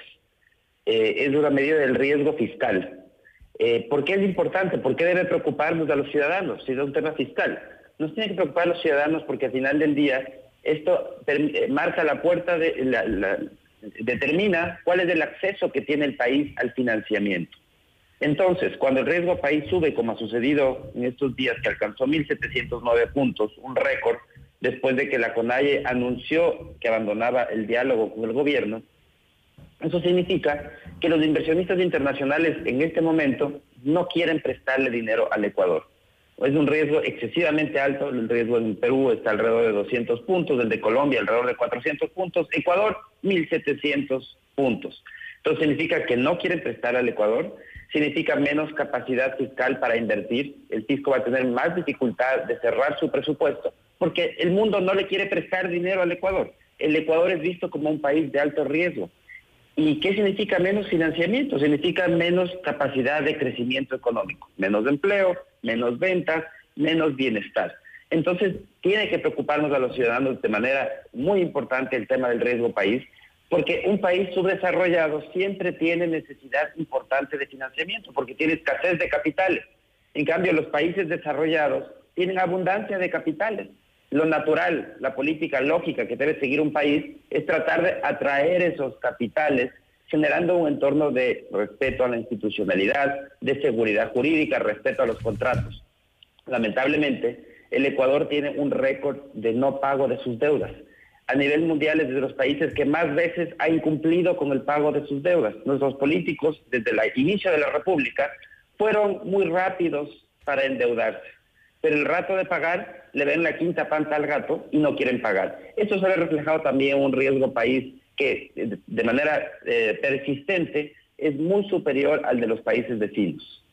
Eh, es una medida del riesgo fiscal. Eh, ¿Por qué es importante? ¿Por qué debe preocuparnos a los ciudadanos si es un tema fiscal? Nos tiene que preocupar a los ciudadanos porque al final del día esto ter- marca la puerta, de la, la, determina cuál es el acceso que tiene el país al financiamiento. Entonces, cuando el riesgo país sube, como ha sucedido en estos días, que alcanzó mil setecientos nueve puntos, un récord, después de que la CONAIE anunció que abandonaba el diálogo con el gobierno, eso significa que los inversionistas internacionales en este momento no quieren prestarle dinero al Ecuador. Es un riesgo excesivamente alto. El riesgo en Perú está alrededor de doscientos puntos, el de Colombia alrededor de cuatrocientos puntos, Ecuador mil setecientos puntos. Entonces significa que no quieren prestar al Ecuador, significa menos capacidad fiscal para invertir, el fisco va a tener más dificultad de cerrar su presupuesto, porque el mundo no le quiere prestar dinero al Ecuador. El Ecuador es visto como un país de alto riesgo. ¿Y qué significa menos financiamiento? Significa menos capacidad de crecimiento económico, menos empleo, menos ventas, menos bienestar. Entonces, tiene que preocuparnos a los ciudadanos de manera muy importante el tema del riesgo país, porque un país subdesarrollado siempre tiene necesidad importante de financiamiento, porque tiene escasez de capitales. En cambio, los países desarrollados tienen abundancia de capitales. Lo natural, la política lógica que debe seguir un país es tratar de atraer esos capitales, generando un entorno de respeto a la institucionalidad, de seguridad jurídica, respeto a los contratos. Lamentablemente, el Ecuador tiene un récord de no pago de sus deudas. A nivel mundial es de los países que más veces ha incumplido con el pago de sus deudas. Nuestros políticos, desde el inicio de la República, fueron muy rápidos para endeudarse. Pero el rato de pagar le ven la quinta pata al gato y no quieren pagar. Esto se ve reflejado también en un riesgo país que de manera eh, persistente es muy superior al de los países vecinos.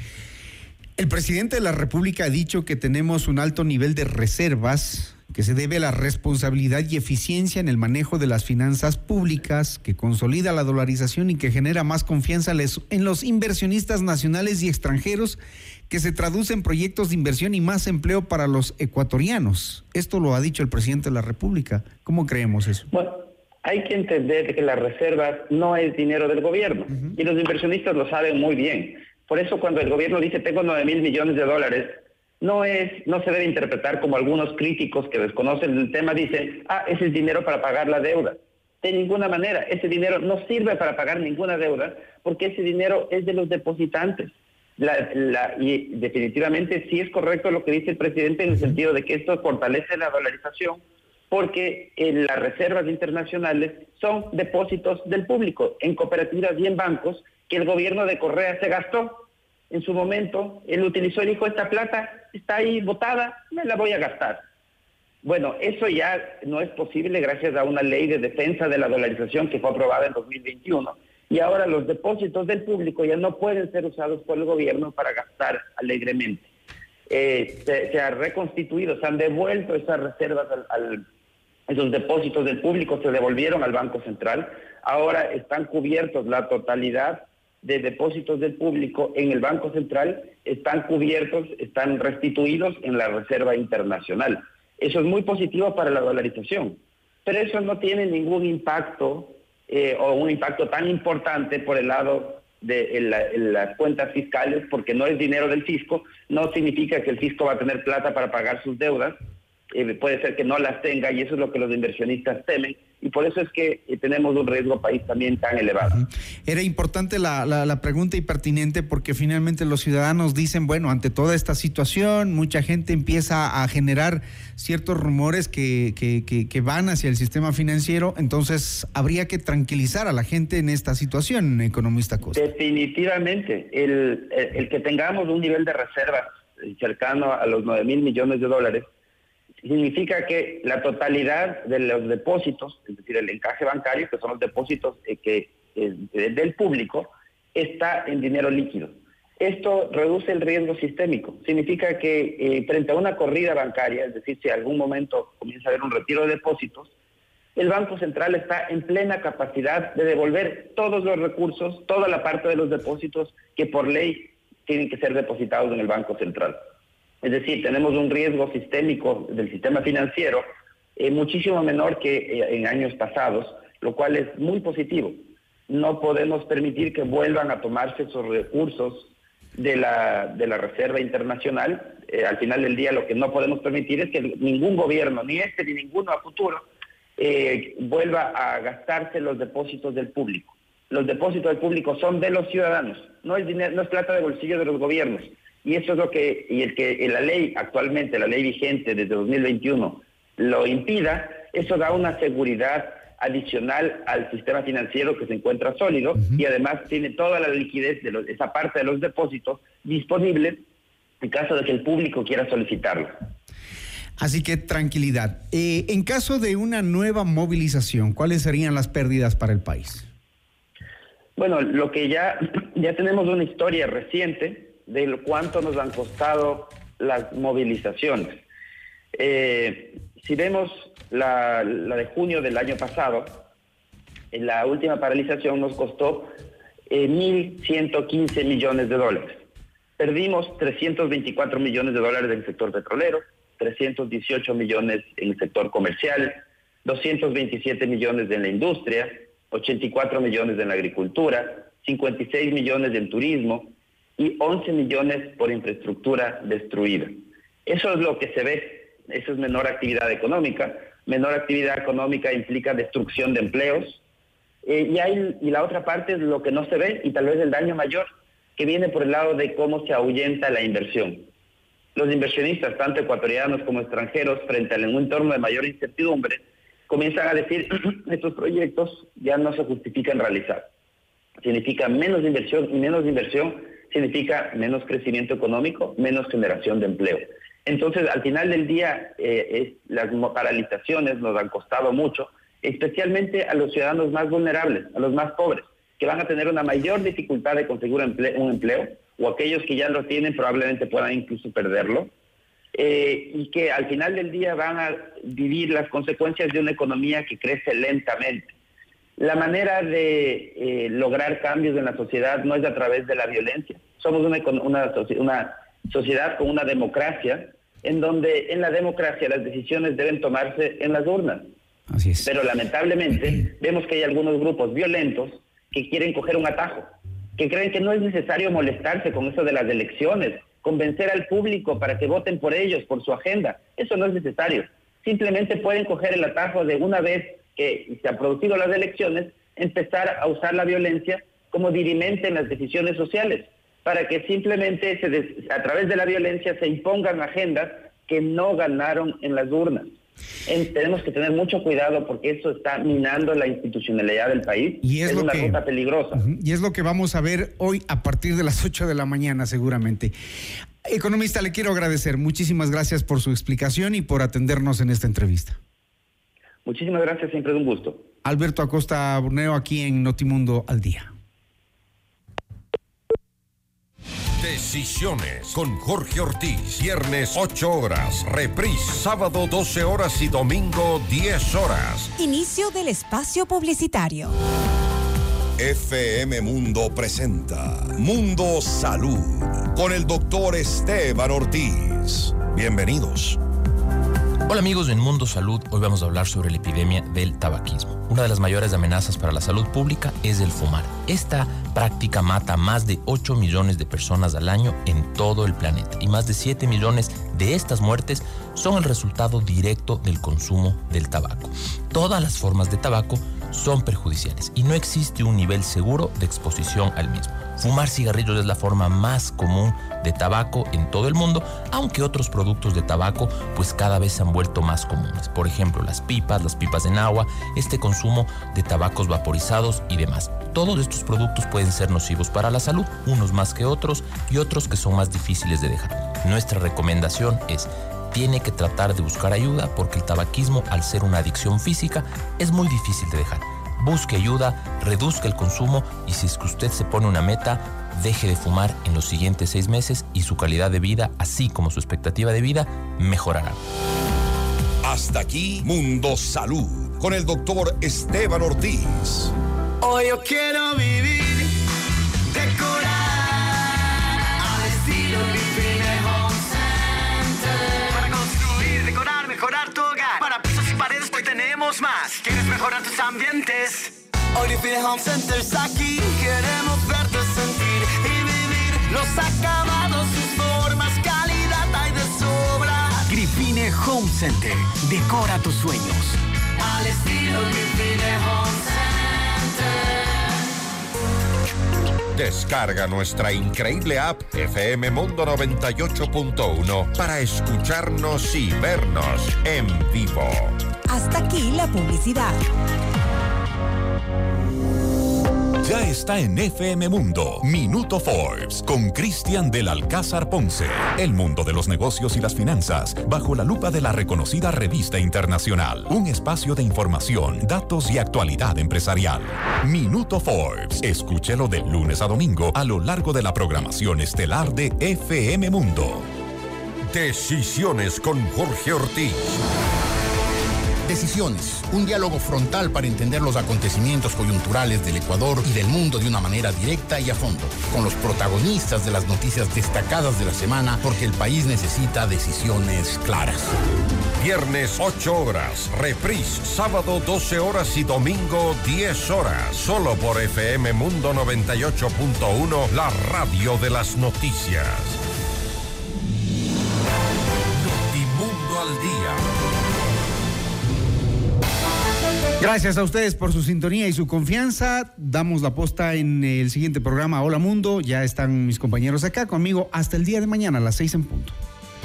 El presidente de la República ha dicho que tenemos un alto nivel de reservas que se debe a la responsabilidad y eficiencia en el manejo de las finanzas públicas, que consolida la dolarización y que genera más confianza en los inversionistas nacionales y extranjeros, que se traduce en proyectos de inversión y más empleo para los ecuatorianos. Esto lo ha dicho el presidente de la República. ¿Cómo creemos eso? Bueno, hay que entender que las reservas no es dinero del gobierno, uh-huh. y los inversionistas lo saben muy bien. Por eso cuando el gobierno dice tengo nueve mil millones de dólares, no es, no se debe interpretar como algunos críticos que desconocen el tema dicen, ah, ese es dinero para pagar la deuda. De ninguna manera, ese dinero no sirve para pagar ninguna deuda, porque ese dinero es de los depositantes. La, la, y definitivamente sí es correcto lo que dice el presidente en el sentido de que esto fortalece la dolarización, porque eh, las reservas internacionales son depósitos del público en cooperativas y en bancos que el gobierno de Correa se gastó. En su momento, él utilizó y dijo, esta plata está ahí botada, me la voy a gastar. Bueno, eso ya no es posible gracias a una ley de defensa de la dolarización que fue aprobada en dos mil veintiuno. Y ahora los depósitos del público ya no pueden ser usados por el gobierno para gastar alegremente. Eh, se, se ha reconstituido, se han devuelto esas reservas, al, al, esos depósitos del público se devolvieron al Banco Central. Ahora están cubiertos la totalidad de depósitos del público en el Banco Central, están cubiertos, están restituidos en la Reserva Internacional. Eso es muy positivo para la dolarización, pero eso no tiene ningún impacto eh, o un impacto tan importante por el lado de en la, en las cuentas fiscales, porque no es dinero del fisco, no significa que el fisco va a tener plata para pagar sus deudas, eh, puede ser que no las tenga y eso es lo que los inversionistas temen y por eso es que eh, tenemos un riesgo país también tan elevado. Uh-huh. Era importante la, la, la pregunta y pertinente porque finalmente los ciudadanos dicen, bueno, ante toda esta situación, mucha gente empieza a generar ciertos rumores que, que, que, que van hacia el sistema financiero, entonces habría que tranquilizar a la gente en esta situación, economista Costa. Definitivamente, el, el, el que tengamos un nivel de reservas cercano a los nueve mil millones de dólares, significa que la totalidad de los depósitos, es decir, el encaje bancario, que son los depósitos eh, que, eh, del público, está en dinero líquido. Esto reduce el riesgo sistémico. Significa que eh, frente a una corrida bancaria, es decir, si en algún momento comienza a haber un retiro de depósitos, el Banco Central está en plena capacidad de devolver todos los recursos, toda la parte de los depósitos que por ley tienen que ser depositados en el Banco Central. Es decir, tenemos un riesgo sistémico del sistema financiero eh, muchísimo menor que eh, en años pasados, lo cual es muy positivo. No podemos permitir que vuelvan a tomarse esos recursos de la, de la Reserva Internacional. Eh, al final del día lo que no podemos permitir es que ningún gobierno, ni este ni ninguno a futuro, eh, vuelva a gastarse los depósitos del público. Los depósitos del público son de los ciudadanos, no es dinero, no es plata de bolsillo de los gobiernos. Y eso es lo que, y el que la ley actualmente, la ley vigente desde dos mil veintiuno, lo impida, eso da una seguridad adicional al sistema financiero que se encuentra sólido uh-huh. y además tiene toda la liquidez de los, esa parte de los depósitos disponible en caso de que el público quiera solicitarlo. Así que tranquilidad. Eh, en caso de una nueva movilización, ¿cuáles serían las pérdidas para el país? Bueno, lo que ya, ya tenemos una historia reciente de cuánto nos han costado las movilizaciones. Eh, si vemos la, la de junio del año pasado, en la última paralización nos costó eh, mil ciento quince millones de dólares. Perdimos trescientos veinticuatro millones de dólares en el sector petrolero, trescientos dieciocho millones en el sector comercial, doscientos veintisiete millones en la industria, ochenta y cuatro millones en la agricultura, cincuenta y seis millones en turismo y once millones por infraestructura destruida. Eso es lo que se ve, eso es menor actividad económica. Menor actividad económica implica destrucción de empleos. Eh, y, hay, y la otra parte es lo que no se ve y tal vez el daño mayor, que viene por el lado de cómo se ahuyenta la inversión. Los inversionistas, tanto ecuatorianos como extranjeros, frente a un entorno de mayor incertidumbre, comienzan a decir estos proyectos ya no se justifican realizar. Significa menos inversión y menos inversión significa menos crecimiento económico, menos generación de empleo. Entonces, al final del día, eh, es, las paralizaciones nos han costado mucho, especialmente a los ciudadanos más vulnerables, a los más pobres, que van a tener una mayor dificultad de conseguir un empleo, un empleo o aquellos que ya lo tienen probablemente puedan incluso perderlo, eh, y que al final del día van a vivir las consecuencias de una economía que crece lentamente. La manera de eh, lograr cambios en la sociedad no es a través de la violencia. Somos una, una, una sociedad con una democracia, en donde en la democracia las decisiones deben tomarse en las urnas. Así es. Pero lamentablemente vemos que hay algunos grupos violentos que quieren coger un atajo, que creen que no es necesario molestarse con eso de las elecciones, convencer al público para que voten por ellos, por su agenda. Eso no es necesario. Simplemente pueden coger el atajo de una vez que se han producido las elecciones, empezar a usar la violencia como dirimente en las decisiones sociales, para que simplemente se des, a través de la violencia se impongan agendas que no ganaron en las urnas. En, tenemos que tener mucho cuidado porque eso está minando la institucionalidad del país. Y es, es lo una que, ruta peligrosa. Y es lo que vamos a ver hoy a partir de las ocho de la mañana seguramente. Economista, le quiero agradecer. Muchísimas gracias por su explicación y por atendernos en esta entrevista. Muchísimas gracias, siempre es un gusto. Alberto Acosta Burneo, aquí en Notimundo al Día. Decisiones con Jorge Ortiz. Viernes ocho horas. Reprise sábado doce horas y domingo diez horas. Inicio del espacio publicitario. F M Mundo presenta Mundo Salud con el doctor Esteban Ortiz. Bienvenidos. Hola amigos, en Mundo Salud hoy vamos a hablar sobre la epidemia del tabaquismo. Una de las mayores amenazas para la salud pública es el fumar. Esta práctica mata a más de ocho millones de personas al año en todo el planeta y más de siete millones de estas muertes son el resultado directo del consumo del tabaco. Todas las formas de tabaco son perjudiciales y no existe un nivel seguro de exposición al mismo. Fumar cigarrillos es la forma más común de tabaco en todo el mundo, aunque otros productos de tabaco pues cada vez se han vuelto más comunes. Por ejemplo, las pipas, las pipas en agua, este consumo de tabacos vaporizados y demás. Todos estos productos pueden ser nocivos para la salud, unos más que otros y otros que son más difíciles de dejar. Nuestra recomendación es: tiene que tratar de buscar ayuda porque el tabaquismo, al ser una adicción física, es muy difícil de dejar. Busque ayuda, reduzca el consumo y si es que usted se pone una meta, deje de fumar en los siguientes seis meses y su calidad de vida, así como su expectativa de vida, mejorará. Hasta aquí Mundo Salud con el doctor Esteban Ortiz. Hoy yo quiero vivir, decorar al estilo Gripine Home Center. Para construir, decorar, mejorar tu hogar. Para pisos y paredes hoy tenemos más. ¿Quieres mejorar tus ambientes? Hoy Gripine Home Center está aquí. Queremos verte sentir y vivir los acabados, sus formas, calidad hay de sobra. Gripine Home Center. Decora tus sueños. Al estilo Gripine Home Center. Descarga nuestra increíble app F M Mundo noventa y ocho punto uno para escucharnos y vernos en vivo. Hasta aquí la publicidad. Ya está en F M Mundo, Minuto Forbes, con Cristian del Alcázar Ponce. El mundo de los negocios y las finanzas, bajo la lupa de la reconocida revista internacional. Un espacio de información, datos y actualidad empresarial. Minuto Forbes, escúchelo de lunes a domingo a lo largo de la programación estelar de F M Mundo. Decisiones con Jorge Ortiz. Decisiones, un diálogo frontal para entender los acontecimientos coyunturales del Ecuador y del mundo de una manera directa y a fondo, con los protagonistas de las noticias destacadas de la semana, porque el país necesita decisiones claras. Viernes ocho horas, reprise sábado doce horas y domingo diez horas, solo por F M Mundo noventa y ocho punto uno, la radio de las noticias. Notimundo al día. Gracias a ustedes por su sintonía y su confianza. Damos la posta en el siguiente programa Hola Mundo. Ya están mis compañeros acá conmigo hasta el día de mañana a las seis en punto.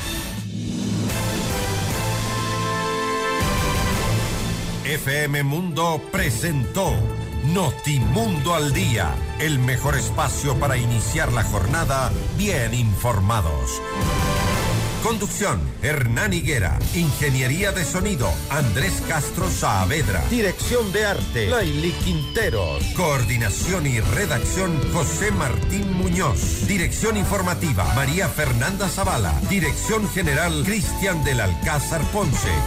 F M Mundo presentó Notimundo al Día, el mejor espacio para iniciar la jornada bien informados. Conducción, Hernán Higuera. Ingeniería de sonido, Andrés Castro Saavedra. Dirección de arte, Laili Quinteros. Coordinación y redacción, José Martín Muñoz. Dirección informativa, María Fernanda Zavala. Dirección general, Cristian del Alcázar Ponce.